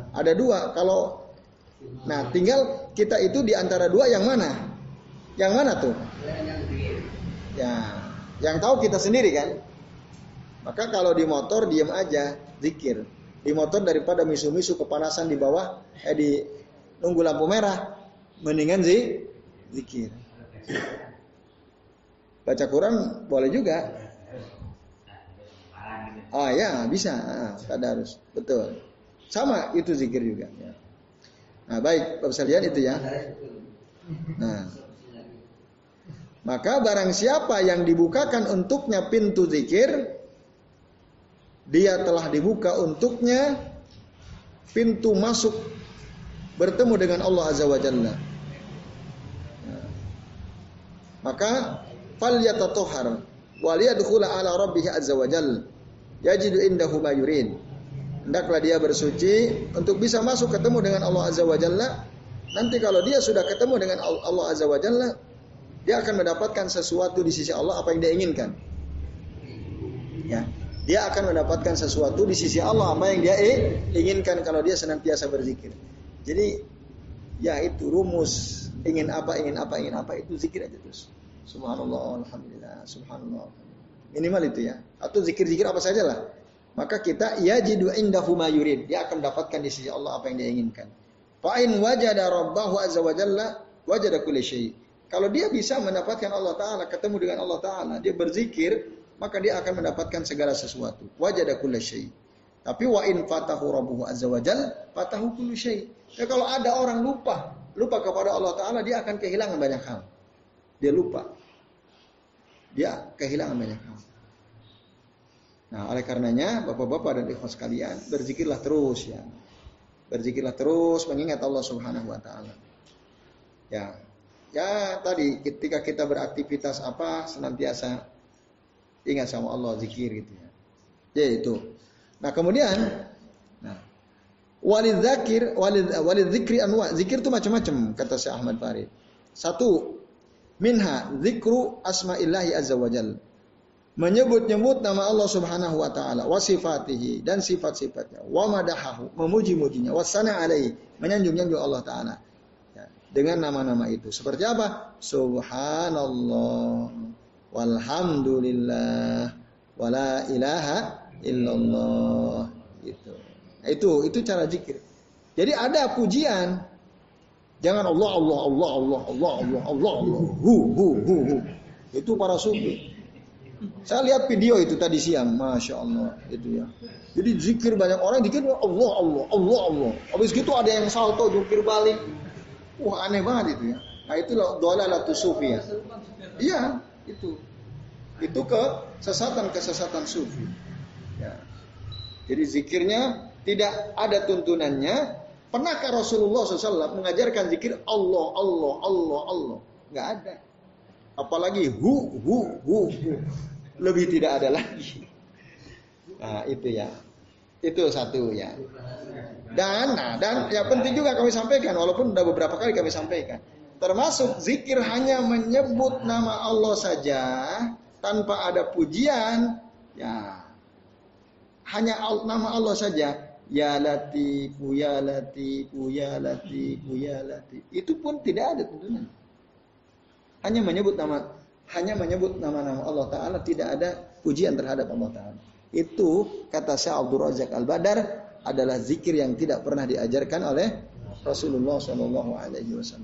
Ada dua. Nah tinggal kita itu di antara dua yang mana? Yang mana tuh? Ya, yang tahu kita sendiri kan. Maka kalau di motor diam aja, zikir. Di motor daripada misu-misu kepanasan di bawah, di nunggu lampu merah, mendingan zikir. Baca Quran boleh juga. Oh ya, bisa. Tadarus, betul. Sama itu zikir juga. Ya. Nah baik, Bapak sekalian itu ya. Nah, maka barang siapa yang dibukakan untuknya pintu zikir, dia telah dibuka untuknya pintu masuk bertemu dengan Allah Azza wa Jalla. Nah, maka falyatatohar waliyadkhula ala rabbih azza wa jalla yajidu indahu ma yurid. Hendaklah dia bersuci untuk bisa masuk ketemu dengan Allah Azza wa Jalla. Nanti kalau dia sudah ketemu dengan Allah Azza wa Jalla, dia akan mendapatkan sesuatu di sisi Allah apa yang dia inginkan. Ya, dia akan mendapatkan sesuatu di sisi Allah apa yang dia inginkan kalau dia senantiasa berzikir. Jadi ya itu rumus ingin apa itu zikir aja terus. Subhanallah, alhamdulillah, subhanallah. Minimal itu ya. Atau zikir-zikir apa saja lah. Maka kita yajidu indahu ma yurid. Dia akan mendapatkan di sisi Allah apa yang dia inginkan. Fa in wajada rabbahu azza wa jalla wajada kulli syai'. Kalau dia bisa mendapatkan Allah Ta'ala, ketemu dengan Allah Ta'ala, dia berzikir, maka dia akan mendapatkan segala sesuatu. Wajada kulli syai'. Tapi wa in fatahu rabbuhu azza wa jalla fatahu kulli syai'. Ya kalau ada orang lupa kepada Allah Ta'ala, dia akan kehilangan banyak hal. Dia lupa. Dia kehilangan banyak hal. Nah, oleh karenanya Bapak-bapak dan ikhwan sekalian, berzikirlah terus ya. Berzikirlah terus mengingat Allah Subhanahu wa taala. Ya. Ya, tadi ketika kita beraktivitas apa senantiasa ingat sama Allah, zikir gitu ya. Ya itu. Nah, kemudian walidzikri anwa. Zikir itu macam-macam kata Syekh Ahmad Farid. Satu, minha zikru asma'illahi azza wa jalla. Menyebut-nyebut nama Allah Subhanahu wa taala, wa sifatihi dan sifat-sifatnya, wa madahahu, memuji-mujinya, wa sana alaihi, menyanjung-nyanjung Allah taala. Ya, dengan nama-nama itu. Seperti apa? Subhanallah, walhamdulillah, wala ilaha illallah. Gitu. Nah, itu cara zikir. Jadi ada pujian. Jangan Allah. Hu. Itu para sufi. Saya lihat video itu tadi siang, masya Allah itu ya. Jadi zikir banyak orang zikir Allah. Habis gitu ada yang salto jungkir balik. Wah aneh banget itu ya. Nah itulah dhalalatus sufi ya. Iya itu kesesatan sufi. Ya. Jadi zikirnya tidak ada tuntunannya. Pernahkah Rasulullah SAW mengajarkan zikir Allah? Nggak ada. Apalagi hu. Lebih tidak ada lagi. Nah itu ya. Itu satu ya. Dan ya penting juga kami sampaikan. Walaupun sudah beberapa kali kami sampaikan. Termasuk zikir hanya menyebut nama Allah saja. Tanpa ada pujian. Ya. Hanya nama Allah saja. Ya latifu, ya latifu, ya latifu, ya latifu. Itu pun tidak ada tuntunan. Hanya menyebut nama-nama Allah Ta'ala, tidak ada pujian terhadap Allah Ta'ala. Itu kata Syekh Abdul Razak Al-Badar adalah zikir yang tidak pernah diajarkan oleh Rasulullah SAW.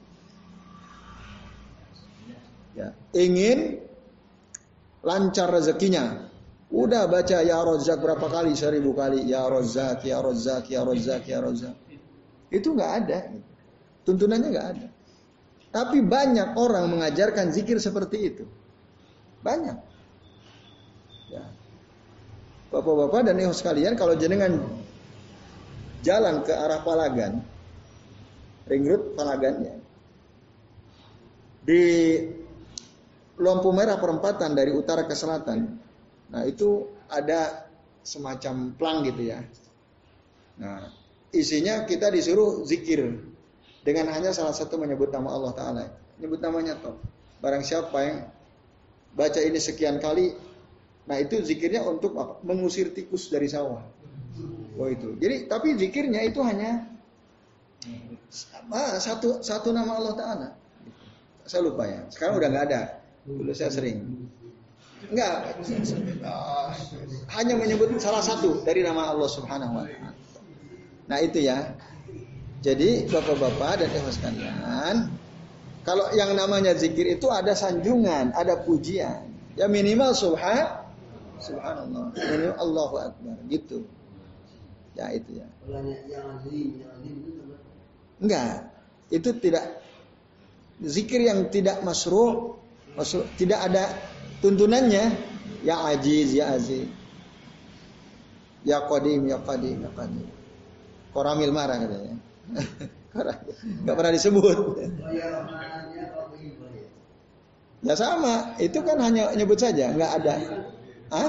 Ya, ingin lancar rezekinya, udah baca ya Razzaq berapa kali, 1000 kali, ya Razzaq, ya Razzaq, ya Razzaq, ya Razzaq. Itu nggak ada, tuntunannya nggak ada. Tapi banyak orang mengajarkan zikir seperti itu. Banyak. Ya. Bapak-bapak dan ibu sekalian, kalau jenengan jalan ke arah Palagan, Ring Road Palagan ya, di lampu merah perempatan dari utara ke selatan, nah itu ada semacam plang gitu ya. Nah isinya kita disuruh zikir. Dengan hanya salah satu menyebut nama Allah Ta'ala. Menyebut namanya toh. Barang siapa yang baca ini sekian kali. Nah itu zikirnya untuk apa? Mengusir tikus dari sawah. Oh itu. Jadi tapi zikirnya itu hanya satu nama Allah Ta'ala. Saya lupa ya. Sekarang udah nggak ada. Dulu saya sering. Enggak. Hanya menyebut salah satu dari nama Allah Subhanahu Wa Ta'ala. Nah itu ya. Jadi bapak-bapak dan ibu sekalian, kalau yang namanya zikir itu ada sanjungan, ada pujian. Ya minimal subhanallah, minimal Allahu Akbar gitu. Ya itu ya. Enggak, itu tidak zikir yang tidak masru', tidak ada tuntunannya. Ya aziz, ya aziz. Ya qadim, ya qadim, ya qadim. Koramil marah katanya. Enggak pernah disebut. Ya sama, itu kan hanya nyebut saja, enggak ada. Hah?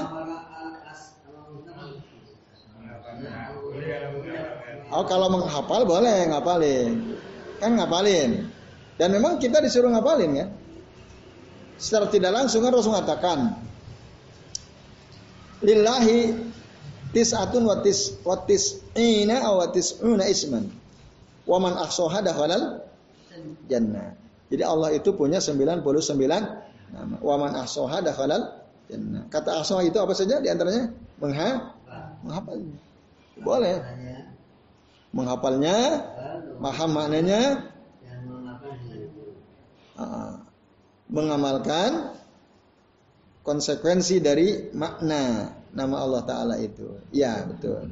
Oh kalau menghafal boleh ngapalin, kan ngapalin. Dan memang kita disuruh ngapalin ya. Secara tidak langsung kan Rasul mengatakan, lillahi tis'atun wa tis'ina aw tis'una isman, wa man ahsaha dakhalal jannah. Jadi Allah itu punya 99 nama. Wa man ahsaha dakhalal jannah. Kata ahsah itu apa saja di antaranya? Menghafalnya. Boleh. Menghafalnya, paham maknanya, mengamalkan konsekuensi dari makna nama Allah Ta'ala itu. Ya betul.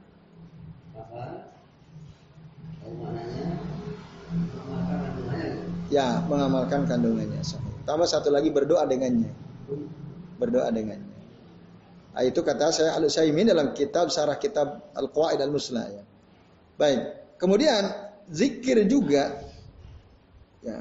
Ya mengamalkan kandungannya. Tambah satu lagi berdoa dengannya. Berdoa dengannya. Nah, itu kata saya Al-Utsaimin dalam kitab Syarah Kitab Al-Qawaid Al-Muslah ya. Baik. Kemudian zikir juga ya.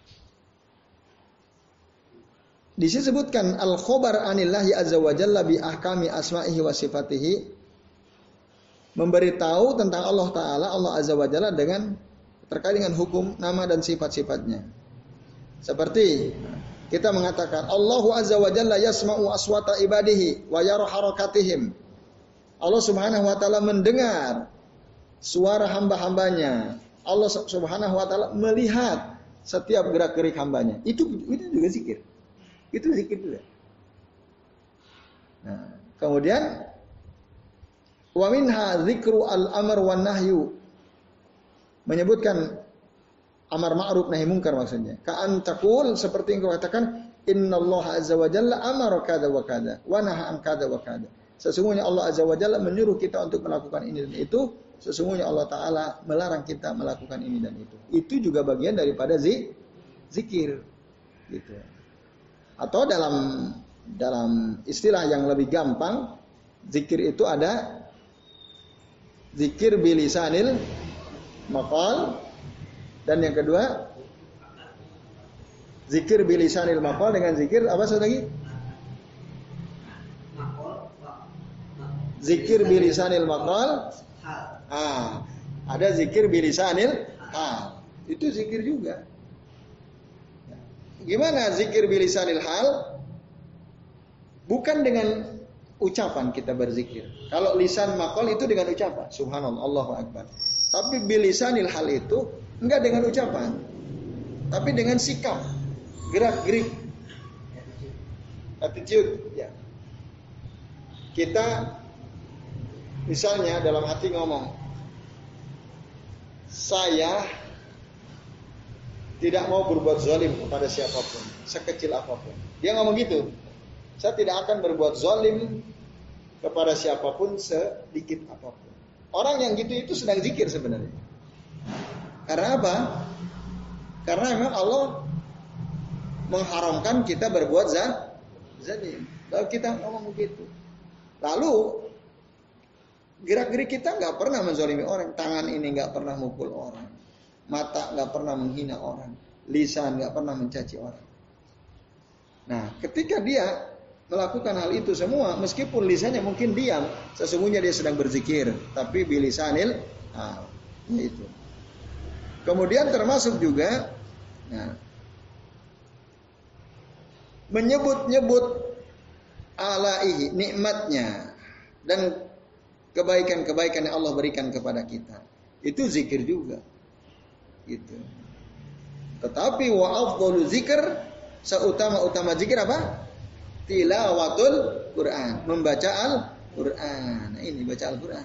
Disebutkan al-khabar anillahi azza wa jalla bi ahkami asma'ihi wa sifatihi, memberitahu tentang Allah Ta'ala, Allah azza wa jalla dengan terkait dengan hukum, nama dan sifat-sifatnya. Seperti kita mengatakan Allahu azza wa jalla yasma'u aswata ibadihi wa yara harakatihim. Allah Subhanahu wa taala mendengar suara hamba-hambanya. Allah Subhanahu wa taala melihat setiap gerak-gerik hambanya. Itu juga zikir. Itu zikir juga. Nah, kemudian wa minha dzikru al-amr wan nahyu, menyebutkan amar ma'ruf nahi munkar maksudnya. Ka'an taqul, seperti yang kau katakan, innallaha azza wa jalla amara kada wa kada wa naha an kada wa kada. Sesungguhnya Allah azza wa jalla menyuruh kita untuk melakukan ini dan itu, sesungguhnya Allah taala melarang kita melakukan ini dan itu. Itu juga bagian daripada zikir. Gitu. Atau dalam istilah yang lebih gampang, zikir itu ada zikir bilisanil maqal, dan yang kedua zikir bilisanil maqal dengan zikir apa satu lagi? Zikir bilisanil maqal. Ada zikir bilisanil hal. Itu zikir juga. Gimana zikir bilisanil hal? Bukan dengan ucapan kita berzikir. Kalau lisan maqal itu dengan ucapan, subhanallah, Allahu akbar. Tapi bilisanil hal itu enggak dengan ucapan, tapi dengan sikap, gerak-gerik, attitude. Ya. Kita misalnya dalam hati ngomong, saya tidak mau berbuat zalim kepada siapapun, sekecil apapun. Dia ngomong gitu. Saya tidak akan berbuat zalim kepada siapapun sedikit apapun. Orang yang gitu itu sedang zikir sebenarnya. Karena apa? Karena memang Allah mengharamkan kita berbuat zalim. Lalu kita ngomong begitu. Lalu gerak-gerik kita nggak pernah menzalimi orang. Tangan ini nggak pernah mukul orang. Mata nggak pernah menghina orang, lisan nggak pernah mencaci orang. Nah, ketika dia melakukan hal itu semua, meskipun lisannya mungkin diam, sesungguhnya dia sedang berzikir, tapi bilisanil itu. Kemudian termasuk juga, menyebut-nyebut alaihi, nikmatnya, dan kebaikan-kebaikan yang Allah berikan kepada kita. Itu zikir juga. Gitu. Tetapi wa afdalu zikr, seutama-utama zikir apa? Tilawatul Quran, membaca Al-Quran. Nah, ini baca Al-Quran.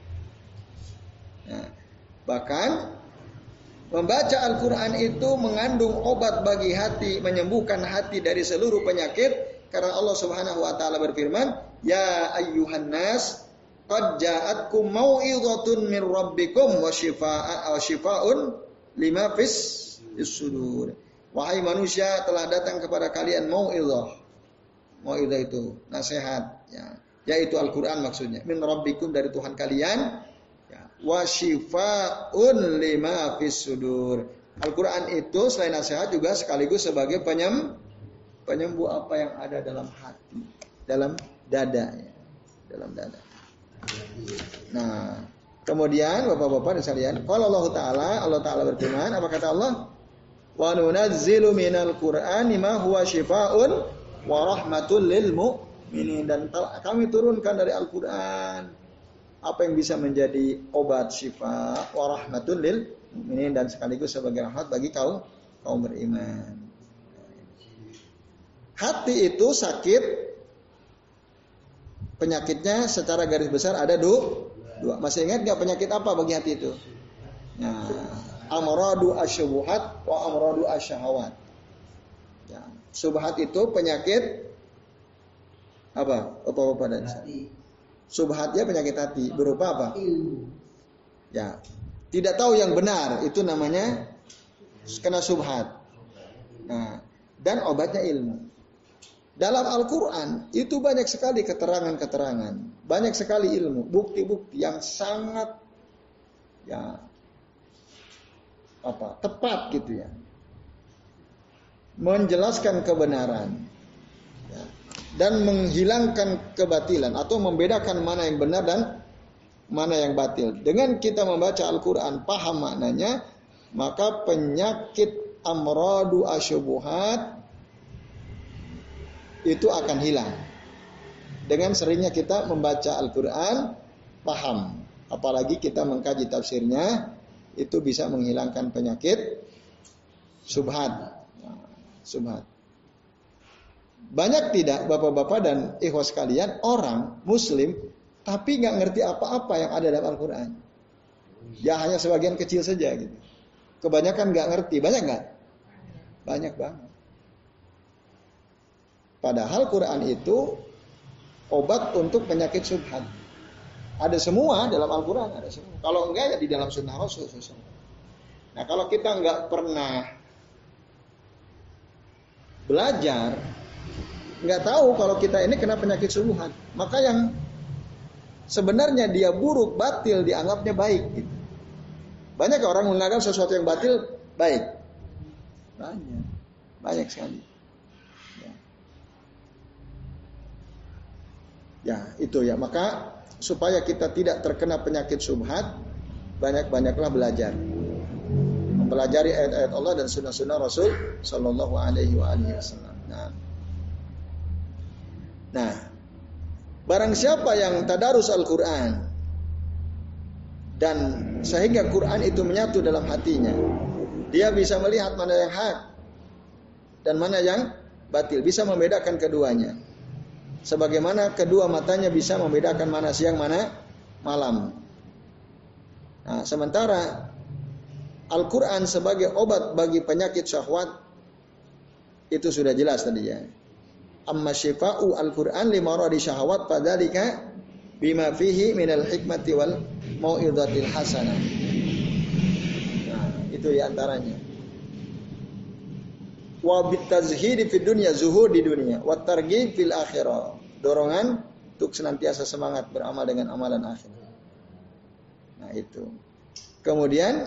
Nah, bahkan membaca Al-Quran itu mengandung obat bagi hati, menyembuhkan hati dari seluruh penyakit. Karena Allah Subhanahu wa taala berfirman, "Ya ayyuhan nas, qad ja'atkum mau'izatun min rabbikum wa shifaa'un lima fis sudur." Wahai manusia, telah datang kepada kalian mau'izah. Mau'izah itu nasihat, ya, yaitu Al-Quran maksudnya. Min rabbikum, dari Tuhan kalian, ya, wa shifaa'un lima fis sudur. Al-Quran itu selain nasihat juga sekaligus sebagai penyembuh apa yang ada dalam hati, dalam dada, ya, dalam dada. Nah, kemudian bapak-bapak dan sekalian, kalau Allah Ta'ala berfirman, apa kata Allah? Wa nunazzilu minal Qur'ani ma huwa shifaa'un wa rahmatul lil mu'minin. Dan kami turunkan dari Al-Quran apa yang bisa menjadi obat syifa wa rahmatul lil mu'minin, dan sekaligus sebagai rahmat bagi kaum beriman. Hati itu sakit, penyakitnya secara garis besar ada dua. Masih ingat gak penyakit apa bagi hati itu? Nah, amradu asyubuhat wa amradu asyahawat. Ya, subhat itu penyakit apa? Apa dan subhatnya penyakit hati berupa apa? Ya, tidak tahu yang benar, itu namanya kena subhat. Nah, dan obatnya ilmu. Dalam Al-Quran itu banyak sekali keterangan-keterangan, banyak sekali ilmu, bukti-bukti yang sangat, ya, tepat gitu ya, menjelaskan kebenaran, ya, dan menghilangkan kebatilan atau membedakan mana yang benar dan mana yang batil. Dengan kita membaca Al-Quran, paham maknanya, maka penyakit amradu asyubuhat itu akan hilang. Dengan seringnya kita membaca Al-Quran, paham. Apalagi kita mengkaji tafsirnya, itu bisa menghilangkan penyakit subhat. Subhat. Banyak tidak bapak-bapak dan ikhwas sekalian, orang muslim tapi nggak ngerti apa-apa yang ada dalam Al-Quran. Ya hanya sebagian kecil saja gitu. Kebanyakan nggak ngerti. Banyak nggak? Banyak banget. Padahal Quran itu obat untuk penyakit subhat. Ada semua dalam Al-Quran, ada semua. Kalau enggak ya di dalam sunnah Rasul. Nah, kalau kita enggak pernah belajar, enggak tahu kalau kita ini kena penyakit subhat, maka yang sebenarnya dia buruk, batil, dianggapnya baik gitu. Banyak orang menganggap sesuatu yang batil baik. Banyak sekali. Ya, itu ya. Maka supaya kita tidak terkena penyakit subhat, banyak-banyaklah belajar. Mempelajari ayat-ayat Allah dan sunnah-sunnah Rasul sallallahu alaihi wasallam. Nah, barang siapa yang tadarus Al-Quran dan sehingga Quran itu menyatu dalam hatinya, dia bisa melihat mana yang hak dan mana yang batil, bisa membedakan keduanya. Sebagaimana kedua matanya bisa membedakan mana siang mana malam. Nah, sementara Al-Quran sebagai obat bagi penyakit syahwat itu sudah jelas tadi ya. Amma syifa'u Al-Quran limaradi syahwat fadzalika bima fihi minal hikmati wal mau'izatil hasanah. Nah, itu di antaranya. Wa bitazhidi fid dunya, zuhud di dunia, wa targhib fil akhirah, dorongan untuk senantiasa semangat beramal dengan amalan akhir. Nah, itu. Kemudian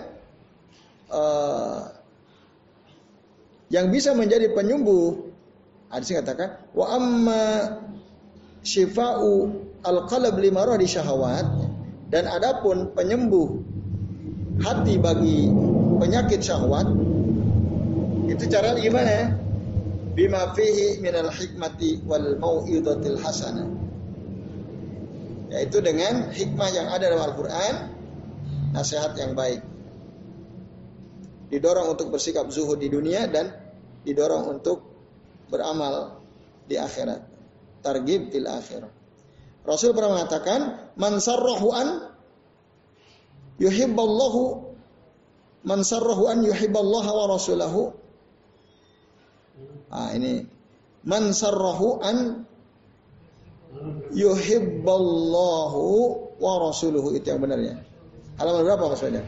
yang bisa menjadi penyembuh, hadis katakan wa amma syifa'u al-qalb limaradi syahawat, dan adapun penyembuh hati bagi penyakit syahwat, itu cara gimana ya? Bima fihi minal hikmati wal mau'izatil hasanah. Yaitu dengan hikmah yang ada dalam Al-Quran, nasihat yang baik. Didorong untuk bersikap zuhud di dunia dan didorong untuk beramal di akhirat. Targhib fil akhirah. Rasul pernah mengatakan, man sarrahu an yuhibballahu man sarrahu an yuhibballaha wa rasulahu. Ini man sarrahu an yuhibballahu wa rasuluhu, itu yang benarnya. Halaman berapa maksudnya?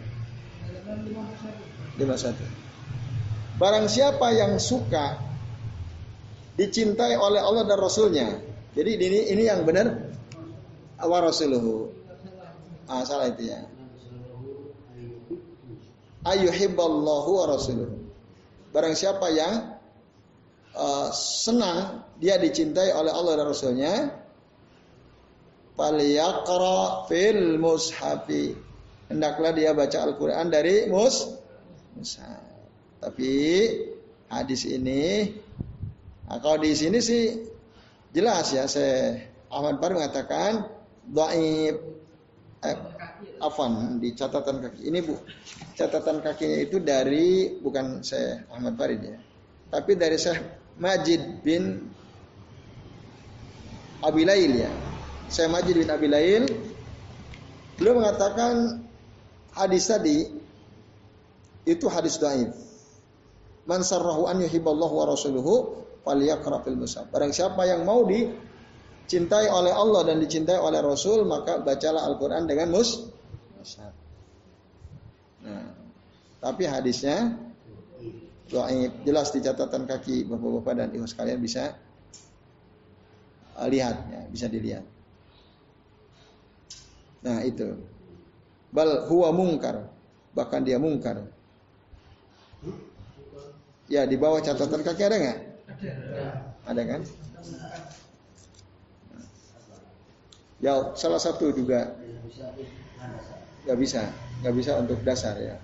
51. Barang siapa yang suka dicintai oleh Allah dan Rasulnya. Jadi ini yang benar, wa rasuluhu. Salah itu ya. Ayuhibballahu wa rasuluhu. Barang siapa yang senang dia dicintai oleh Allah dan Rasulnya, falyaqra fil mushafi, hendaklah dia baca Al-Quran dari mushaf. Tapi hadis ini, kalau di sini sih jelas ya, Syekh Ahmad Farid mengatakan dhaif. Afwan, di catatan kaki ini catatan kakinya itu dari, bukan Syekh Ahmad Farid ya, tapi dari Syekh Majid bin Abi Lail ya. Syekh Majid bin Abi Lail beliau mengatakan hadis tadi itu hadis dhaif. Man sarrahu an yuhibballahu wa rasuluhu falyaqra fil mushaf. Barang siapa yang mau dicintai oleh Allah dan dicintai oleh Rasul, maka bacalah Al-Quran dengan mushaf. Nah, tapi hadisnya dhaif, jelas di catatan kaki Bapak-bapak dan Ibu sekalian bisa lihat ya, bisa dilihat. Nah, itu. Bal huwa mungkar, bahkan dia mungkar. Ya, di bawah catatan kaki ada nggak? Ada kan? Ya, salah satu juga nggak bisa untuk dasar ya.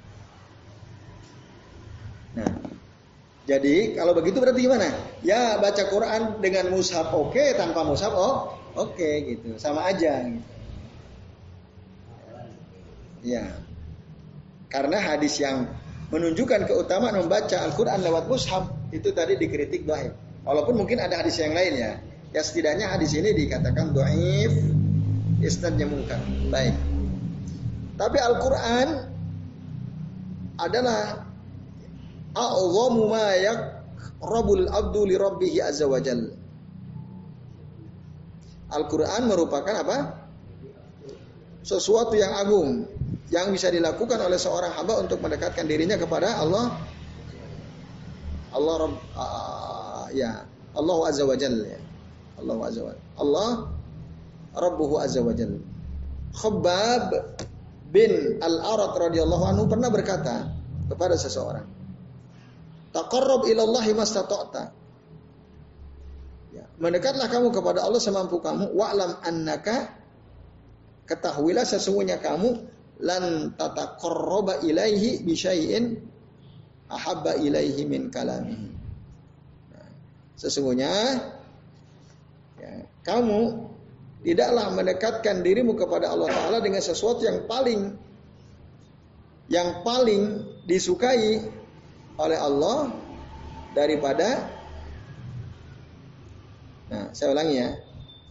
Nah, jadi kalau begitu berarti gimana? Ya, baca Quran dengan mushaf oke, tanpa mushaf oke gitu, sama aja gitu. Ya, karena hadis yang menunjukkan keutamaan membaca Al-Quran lewat mushaf itu tadi dikritik dhaif. Walaupun mungkin ada hadis yang lain ya. Ya setidaknya hadis ini dikatakan dhaif, isnadnya munkar. Baik. Tapi Al-Quran adalah a'zamu ma yaqrabul abdu li rabbih azza wa jalla. Al-Quran merupakan apa? Sesuatu yang agung yang bisa dilakukan oleh seorang hamba untuk mendekatkan dirinya kepada Allah. Allah azza wa jalla ya. Allah azza wa jalla. Allah Rabbuhu azza wa jalla. Khabbab bin Al-Arat radhiyallahu anhu pernah berkata kepada seseorang, taqarrab ila Allahi mastata'ta. Ya, mendekatlah kamu kepada Allah semampu kamu. Wa'lam annaka, ketahuilah sesungguhnya kamu lan tataqarraba ilaihi bi syai'in ahabba ilaihi min kalamihi. Nah, sesungguhnya ya, kamu tidaklah mendekatkan dirimu kepada Allah Ta'ala dengan sesuatu yang paling disukai oleh Allah daripada, nah saya ulangi ya,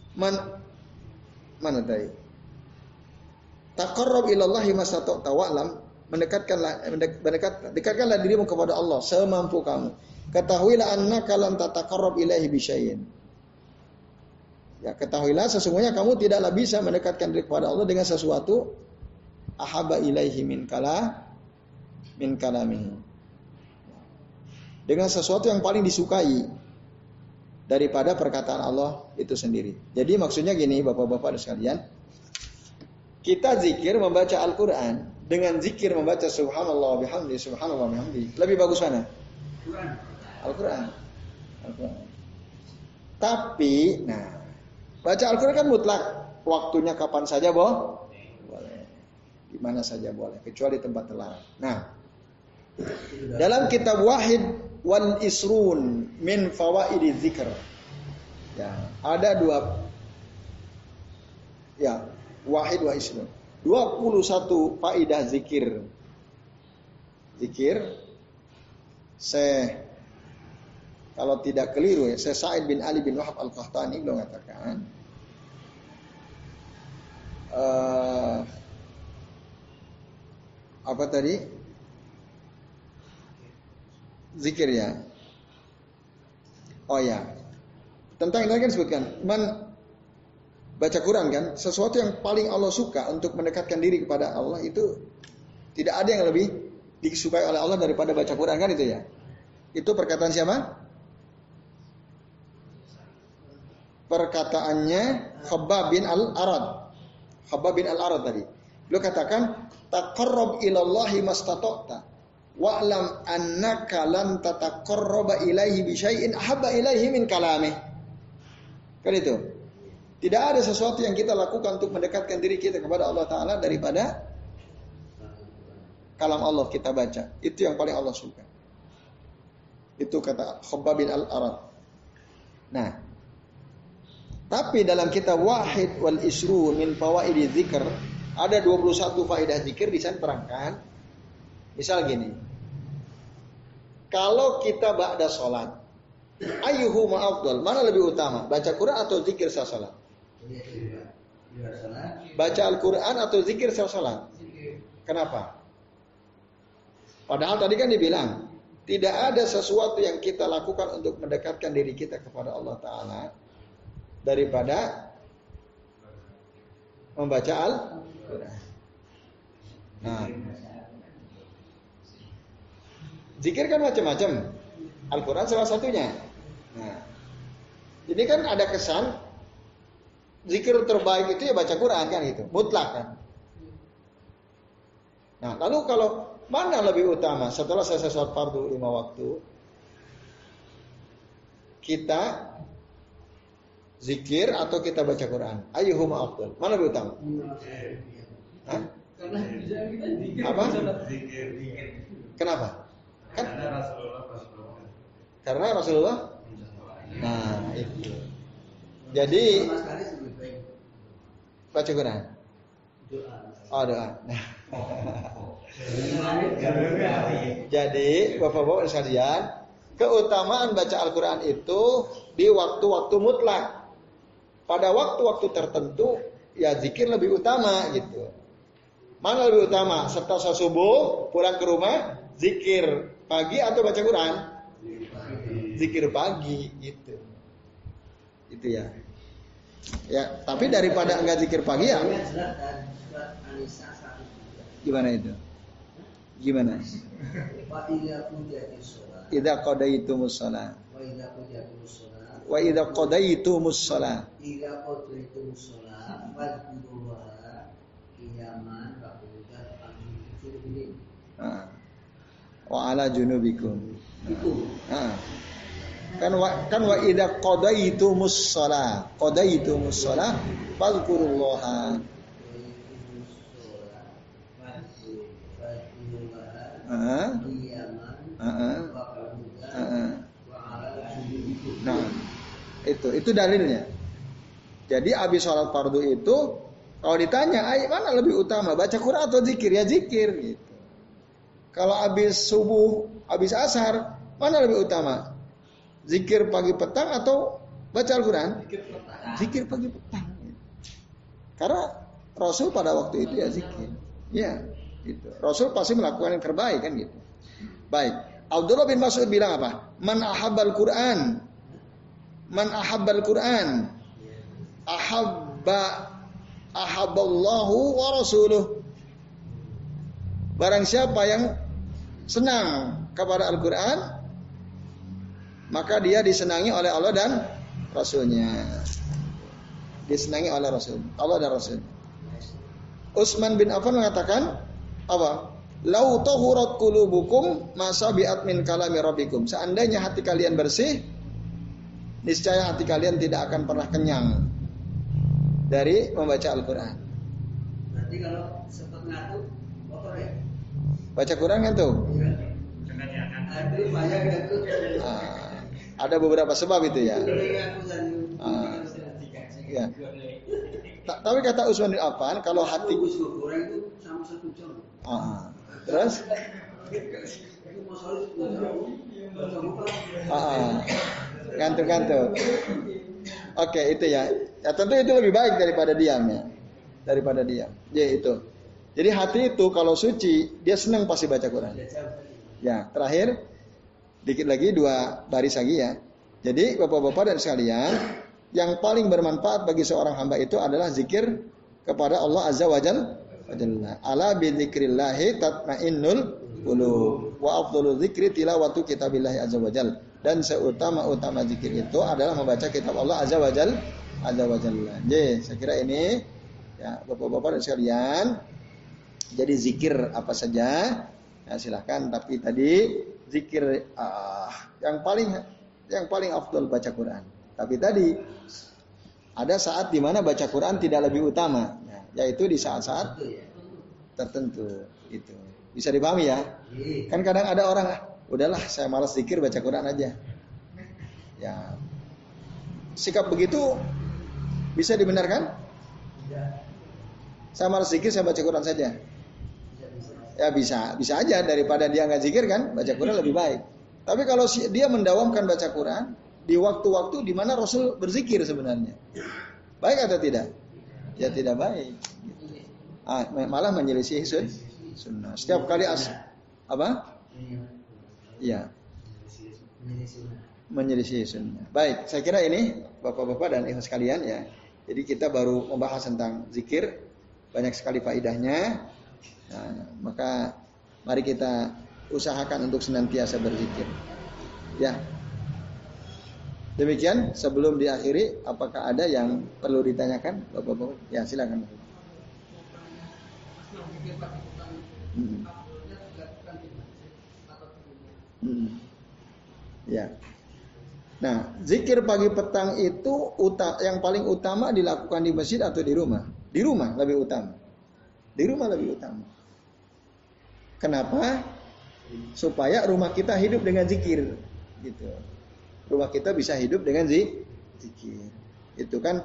mana tadi? Taqarrab ilallahi mastata'ta wa'lam, dekatkanlah dirimu kepada Allah semampu kamu. Ketahuilah annaka lan tataqarrab ilaihi bisyai'in. Ya, ketahuilah sesungguhnya kamu tidaklah bisa mendekatkan diri kepada Allah dengan sesuatu ahabba ilaihi min kalamihi. Dengan sesuatu yang paling disukai daripada perkataan Allah itu sendiri. Jadi maksudnya gini, Bapak-bapak dan sekalian, kita zikir membaca Al-Quran dengan zikir membaca subhanallah bihamdi, subhanallah bihamdi, lebih bagus mana? Al-Quran. Tapi, nah, baca Al-Quran kan mutlak, waktunya kapan saja boleh, di mana saja boleh, kecuali tempat terlarang. Nah, dalam kitab Wahid wal Isrun min Fawaidi Dzikr, ya, ada Wahid wa isrun. 21 faidah zikir. Zikir. Kalau tidak keliru ya, Sa'id bin Ali bin Wahab Al-Qahtani beliau mengatakan apa tadi? Zikir ya. Oh ya. Tentang ini kan disebutkan, baca Quran kan, sesuatu yang paling Allah suka untuk mendekatkan diri kepada Allah itu tidak ada yang lebih disukai oleh Allah daripada baca Quran kan itu ya. Itu perkataan siapa? Perkataannya Khabbab bin Al-Arad. Khabbab bin Al-Arad tadi. Beliau katakan, taqarrab ilallahi mastata'ta wa'lam annaka lan tataqarraba ilaihi bi syai'in ahabba ilaihi min kalamih. Kan itu. Tidak ada sesuatu yang kita lakukan untuk mendekatkan diri kita kepada Allah Ta'ala daripada kalam Allah kita baca. Itu yang paling Allah suka. Itu kata Khabbab bin Al-Arad. Nah, tapi dalam kitab Wahid wal Isru min Fawaidi Dzikr ada 21 faedah zikir di sana terangkan. Misal gini. Kalau kita ba'da salat, ayyuhuma afdal? Mana lebih utama? Baca Quran atau zikir saat salat? Baca Al-Quran atau zikir saat salat? Kenapa? Padahal tadi kan dibilang tidak ada sesuatu yang kita lakukan untuk mendekatkan diri kita kepada Allah Ta'ala daripada membaca Al-Quran. Nah, zikir kan macam-macam. Al-Quran salah satunya. Nah, ini kan ada kesan zikir terbaik itu ya baca Quran kan gitu, mutlak kan. Nah, lalu kalau mana lebih utama setelah selesai sholat fardu 5 waktu, kita zikir atau kita baca Quran? Ayyuhuma afdal? Mana lebih utama? Hah? Apa? Kenapa? Kan? Karena Rasulullah. Nah, itu. Jadi baca Quran. Oh, doa. Nah. Jadi, Bapak-bapak sekalian, keutamaan baca Al-Quran itu di waktu-waktu mutlak. Pada waktu-waktu tertentu, ya zikir lebih utama gitu. Mana lebih utama? Setelah subuh, pulang ke rumah, zikir pagi atau baca Quran? Zikir pagi gitu. Itu ya. Ya, tapi daripada enggak zikir pagi ya. Gimana itu? Gimana? Idza qadaitumus shalah. Wa idza qadaitumus shalah. Idza qadaitumus shalah fadhkurullaha qiyaman wa qu'udan wa ala junubikum. Kan wa idza qadaitumus shalah. Qadaitumus shalah fadhkurullaha. Nah, itu dalilnya. Jadi habis sholat fardu itu, kalau ditanya, mana lebih utama, baca Quran atau zikir? Ya zikir gitu. Kalau habis subuh, habis asar, mana lebih utama? Zikir pagi petang atau baca Al-Quran? Zikir pagi petang. Karena Rasul pada waktu itu ya zikir. Ya. Gitu. Rasul pasti melakukan yang terbaik kan gitu. Baik. Abdullah bin Mas'ud bilang apa? Man ahabbal Quran. Man ahabbal Quran. Ahabballahu wa rasuluh. Barang siapa yang senang kepada Al-Quran, maka dia disenangi oleh Allah dan Rasulnya. Disenangi oleh Rasul. Allah dan Rasul. Utsman bin Affan mengatakan apa? Lau tahurat qulubukum masabi'at min kalami rabbikum. Seandainya hati kalian bersih, niscaya hati kalian tidak akan pernah kenyang dari membaca Al-Quran. Berarti kalau sempat ngantuk, kotor ya? Baca Quran ngantuk? Ada beberapa sebab itu ya. Ya. Tapi kata Utsman bin Affan, kalau hati goreng itu sama 1 jam. Terus? Ngantuk-ngantuk. Oke, itu ya. Ya tentu itu lebih baik daripada diam ya. Daripada diam. Ya itu. Jadi hati itu kalau suci, dia senang pasti baca Quran. Ya, terakhir dikit lagi 2 baris lagi ya. Jadi Bapak-bapak dan sekalian, yang paling bermanfaat bagi seorang hamba itu adalah zikir kepada Allah Azza wa Jalla. Ala bi dzikrillah tatmainnul qulub wa afdhalu dzikri tilawatu kitabillah azza wa jalla. Dan seutama-utama zikir itu adalah membaca kitab Allah azza wa jalla. Jadi saya kira ini ya Bapak-bapak dan sekalian. Jadi zikir apa saja ya silahkan, tapi tadi zikir yang paling afdal baca Quran. Tapi tadi ada saat di mana baca Quran tidak lebih utama, yaitu di saat-saat tertentu. Itu bisa dipahami ya. Kan kadang ada orang, udahlah saya malas zikir, baca Quran aja. Ya, sikap begitu bisa dibenarkan? Saya malas zikir, saya baca Quran saja. Ya bisa aja, daripada dia nggak zikir kan, baca Quran lebih baik. Tapi kalau dia mendawamkan baca Quran di waktu-waktu di mana Rasul berzikir sebenarnya, baik atau tidak? Ya tidak baik. Malah menyelisih sunnah. Setiap kali apa? Iya. Menyelisih sunnah. Baik, saya kira ini Bapak-bapak dan ibu sekalian ya. Jadi kita baru membahas tentang zikir, banyak sekali faedahnya. Nah, maka mari kita usahakan untuk senantiasa berzikir. Ya. Demikian, sebelum diakhiri, apakah ada yang perlu ditanyakan, Bapak-bapak? Ya, silakan. Ya. Nah, zikir pagi petang itu yang paling utama dilakukan di masjid atau di rumah? Di rumah lebih utama. Di rumah lebih utama. Kenapa? Supaya rumah kita hidup dengan zikir, gitu. Rumah kita bisa hidup dengan zikir. Itu kan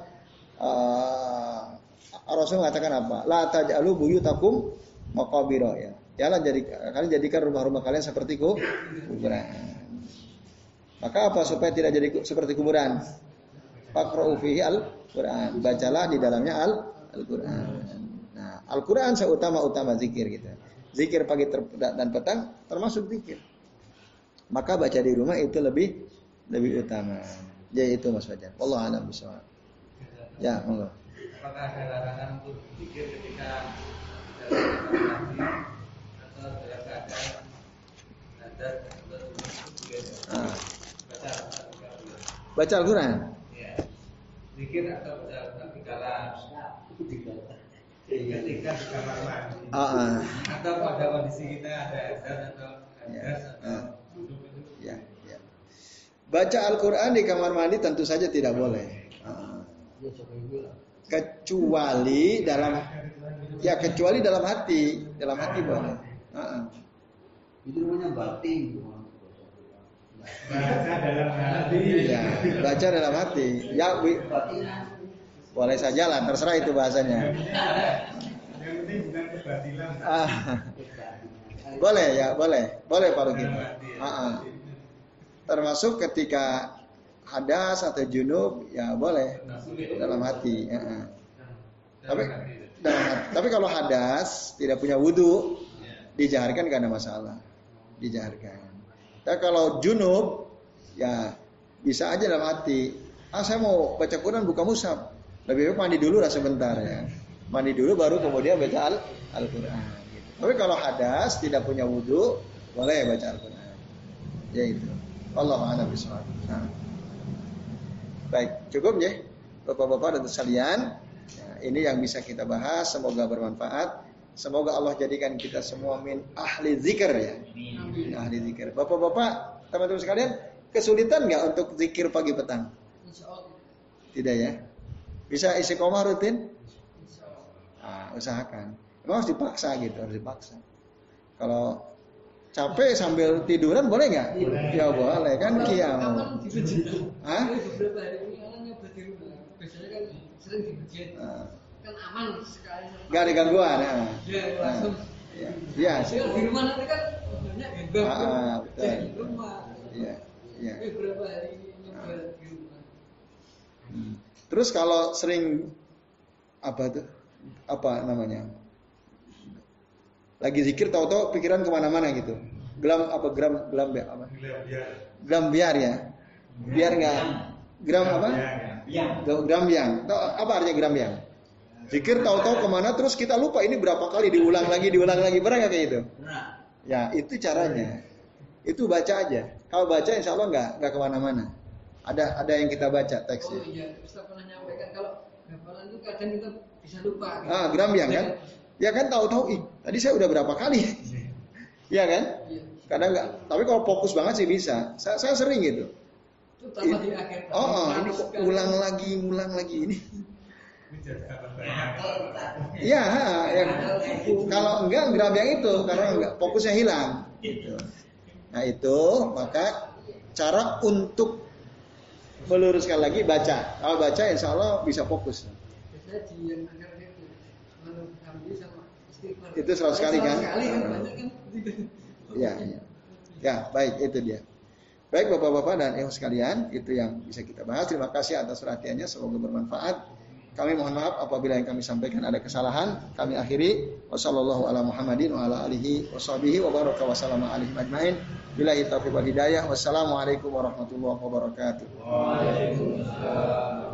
Rasul mengatakan apa? La taj'alu buyutakum maqabira ya. Janganlah kalian jadikan rumah-rumah kalian seperti kuburan. Maka apa supaya tidak jadi seperti kuburan? Faqra'u fihi al-Qur'an. Bacalah di dalamnya Al-Qur'an. Nah, Al-Qur'an seutama-utama zikir gitu. Zikir pagi dan petang termasuk zikir. Maka baca di rumah itu lebih utama. Jadi itu Mas Fajar. Wallahu a'lam bishawab. Ya, monggo. Apakah ada larangan untuk zikir ketika dalam atau dalam keadaan ada baca Al-Quran? Ya. Zikir atau baca Al-Quran ketika di kamar mandi. Atau pada kondisi kita ada azan atau duduk itu. Ya. Baca Al-Quran di kamar mandi tentu saja tidak boleh. Kecuali dalam hati boleh. Itu namanya batin. Baca dalam hati. Ya, baca dalam hati. Ya, boleh saja lah, terserah itu bahasanya. Yang penting bukan kebatilan. Boleh ya, boleh Pak Rukin. Termasuk ketika hadas atau junub, ya boleh dalam hati. Tapi kalau hadas tidak punya wudu, dijaharkan karena masalah. Dijaharkan. Tapi kalau junub, ya bisa aja dalam hati. Saya mau baca Quran buka mushaf. Lebih baik mandi dulu lah sebentar ya. Mandi dulu baru kemudian baca Al-Quran. Gitu. Tapi kalau hadas tidak punya wudu, boleh baca Al-Quran. Ya itu. Wallahu a'lam bishawab. Baik, cukup ya, Bapak-bapak dan sekalian. Ya, ini yang bisa kita bahas. Semoga bermanfaat. Semoga Allah jadikan kita semua min ahli zikir ya. Min ahli zikir. Bapak-bapak, teman-teman sekalian, kesulitan nggak untuk zikir pagi petang? Tidak ya. Bisa istiqomah rutin? Usahakan. Emang harus dipaksa gitu, harus dipaksa. Kalau capek sambil tiduran boleh nggak? Ya boleh kan qiyam. aman sekali. Nggak ada gangguan. Nah. Ya langsung. Ya. Di rumah nanti kan banyak gangguan. Betul. Di rumah. Iya. Iya. Beberapa hari ini nyoba di rumah. Terus kalau sering apa namanya? Lagi zikir tahu-tahu pikiran kemana-mana gitu. Gram apa? Gram biar ya. Biar nggak gram apa? Gram biang. Apa artinya gram biang? Zikir tahu-tahu kemana terus kita lupa ini berapa kali diulang lagi pernah nggak kayak gitu? Ya itu caranya. Itu baca aja. Kalau baca insya Allah nggak kemana-mana. Ada yang kita baca teksnya. Oh iya, Ustaz pernah nyampaikan kalau hafalan itu kadang kita bisa lupa. Gitu. Gram biang kan? Ya kan tahu-tahu, tadi saya udah berapa kali? Iya kan? Iya. Kadang nggak. Tapi kalau fokus banget sih bisa. Saya sering gitu. Itu tambah di akhir. Ini kok ulang lagi ini. Iya, ya. Kalau enggak gram yang itu karena enggak fokusnya hilang. Gitu. Nah itu maka cara untuk meluruskan lagi baca. Kalau baca insya Allah bisa fokus. Biasanya di yang akhir itu alhamdulillah sama istighfar. Itu 100 kali kan? 100 kali kan banyak kan. Ya. Ya, baik itu dia. Baik Bapak-bapak dan ibu sekalian, itu yang bisa kita bahas. Terima kasih atas perhatiannya, semoga bermanfaat. Kami mohon maaf apabila yang kami sampaikan ada kesalahan. Kami akhiri. Wassallallahu ala Muhammadin wa ala alihi washabihi wa baraka wa sallama alaihi ajmain. Billahi taufiq wal hidayah. Wassalamualaikum warahmatullahi wabarakatuh. Waalaikumsalam.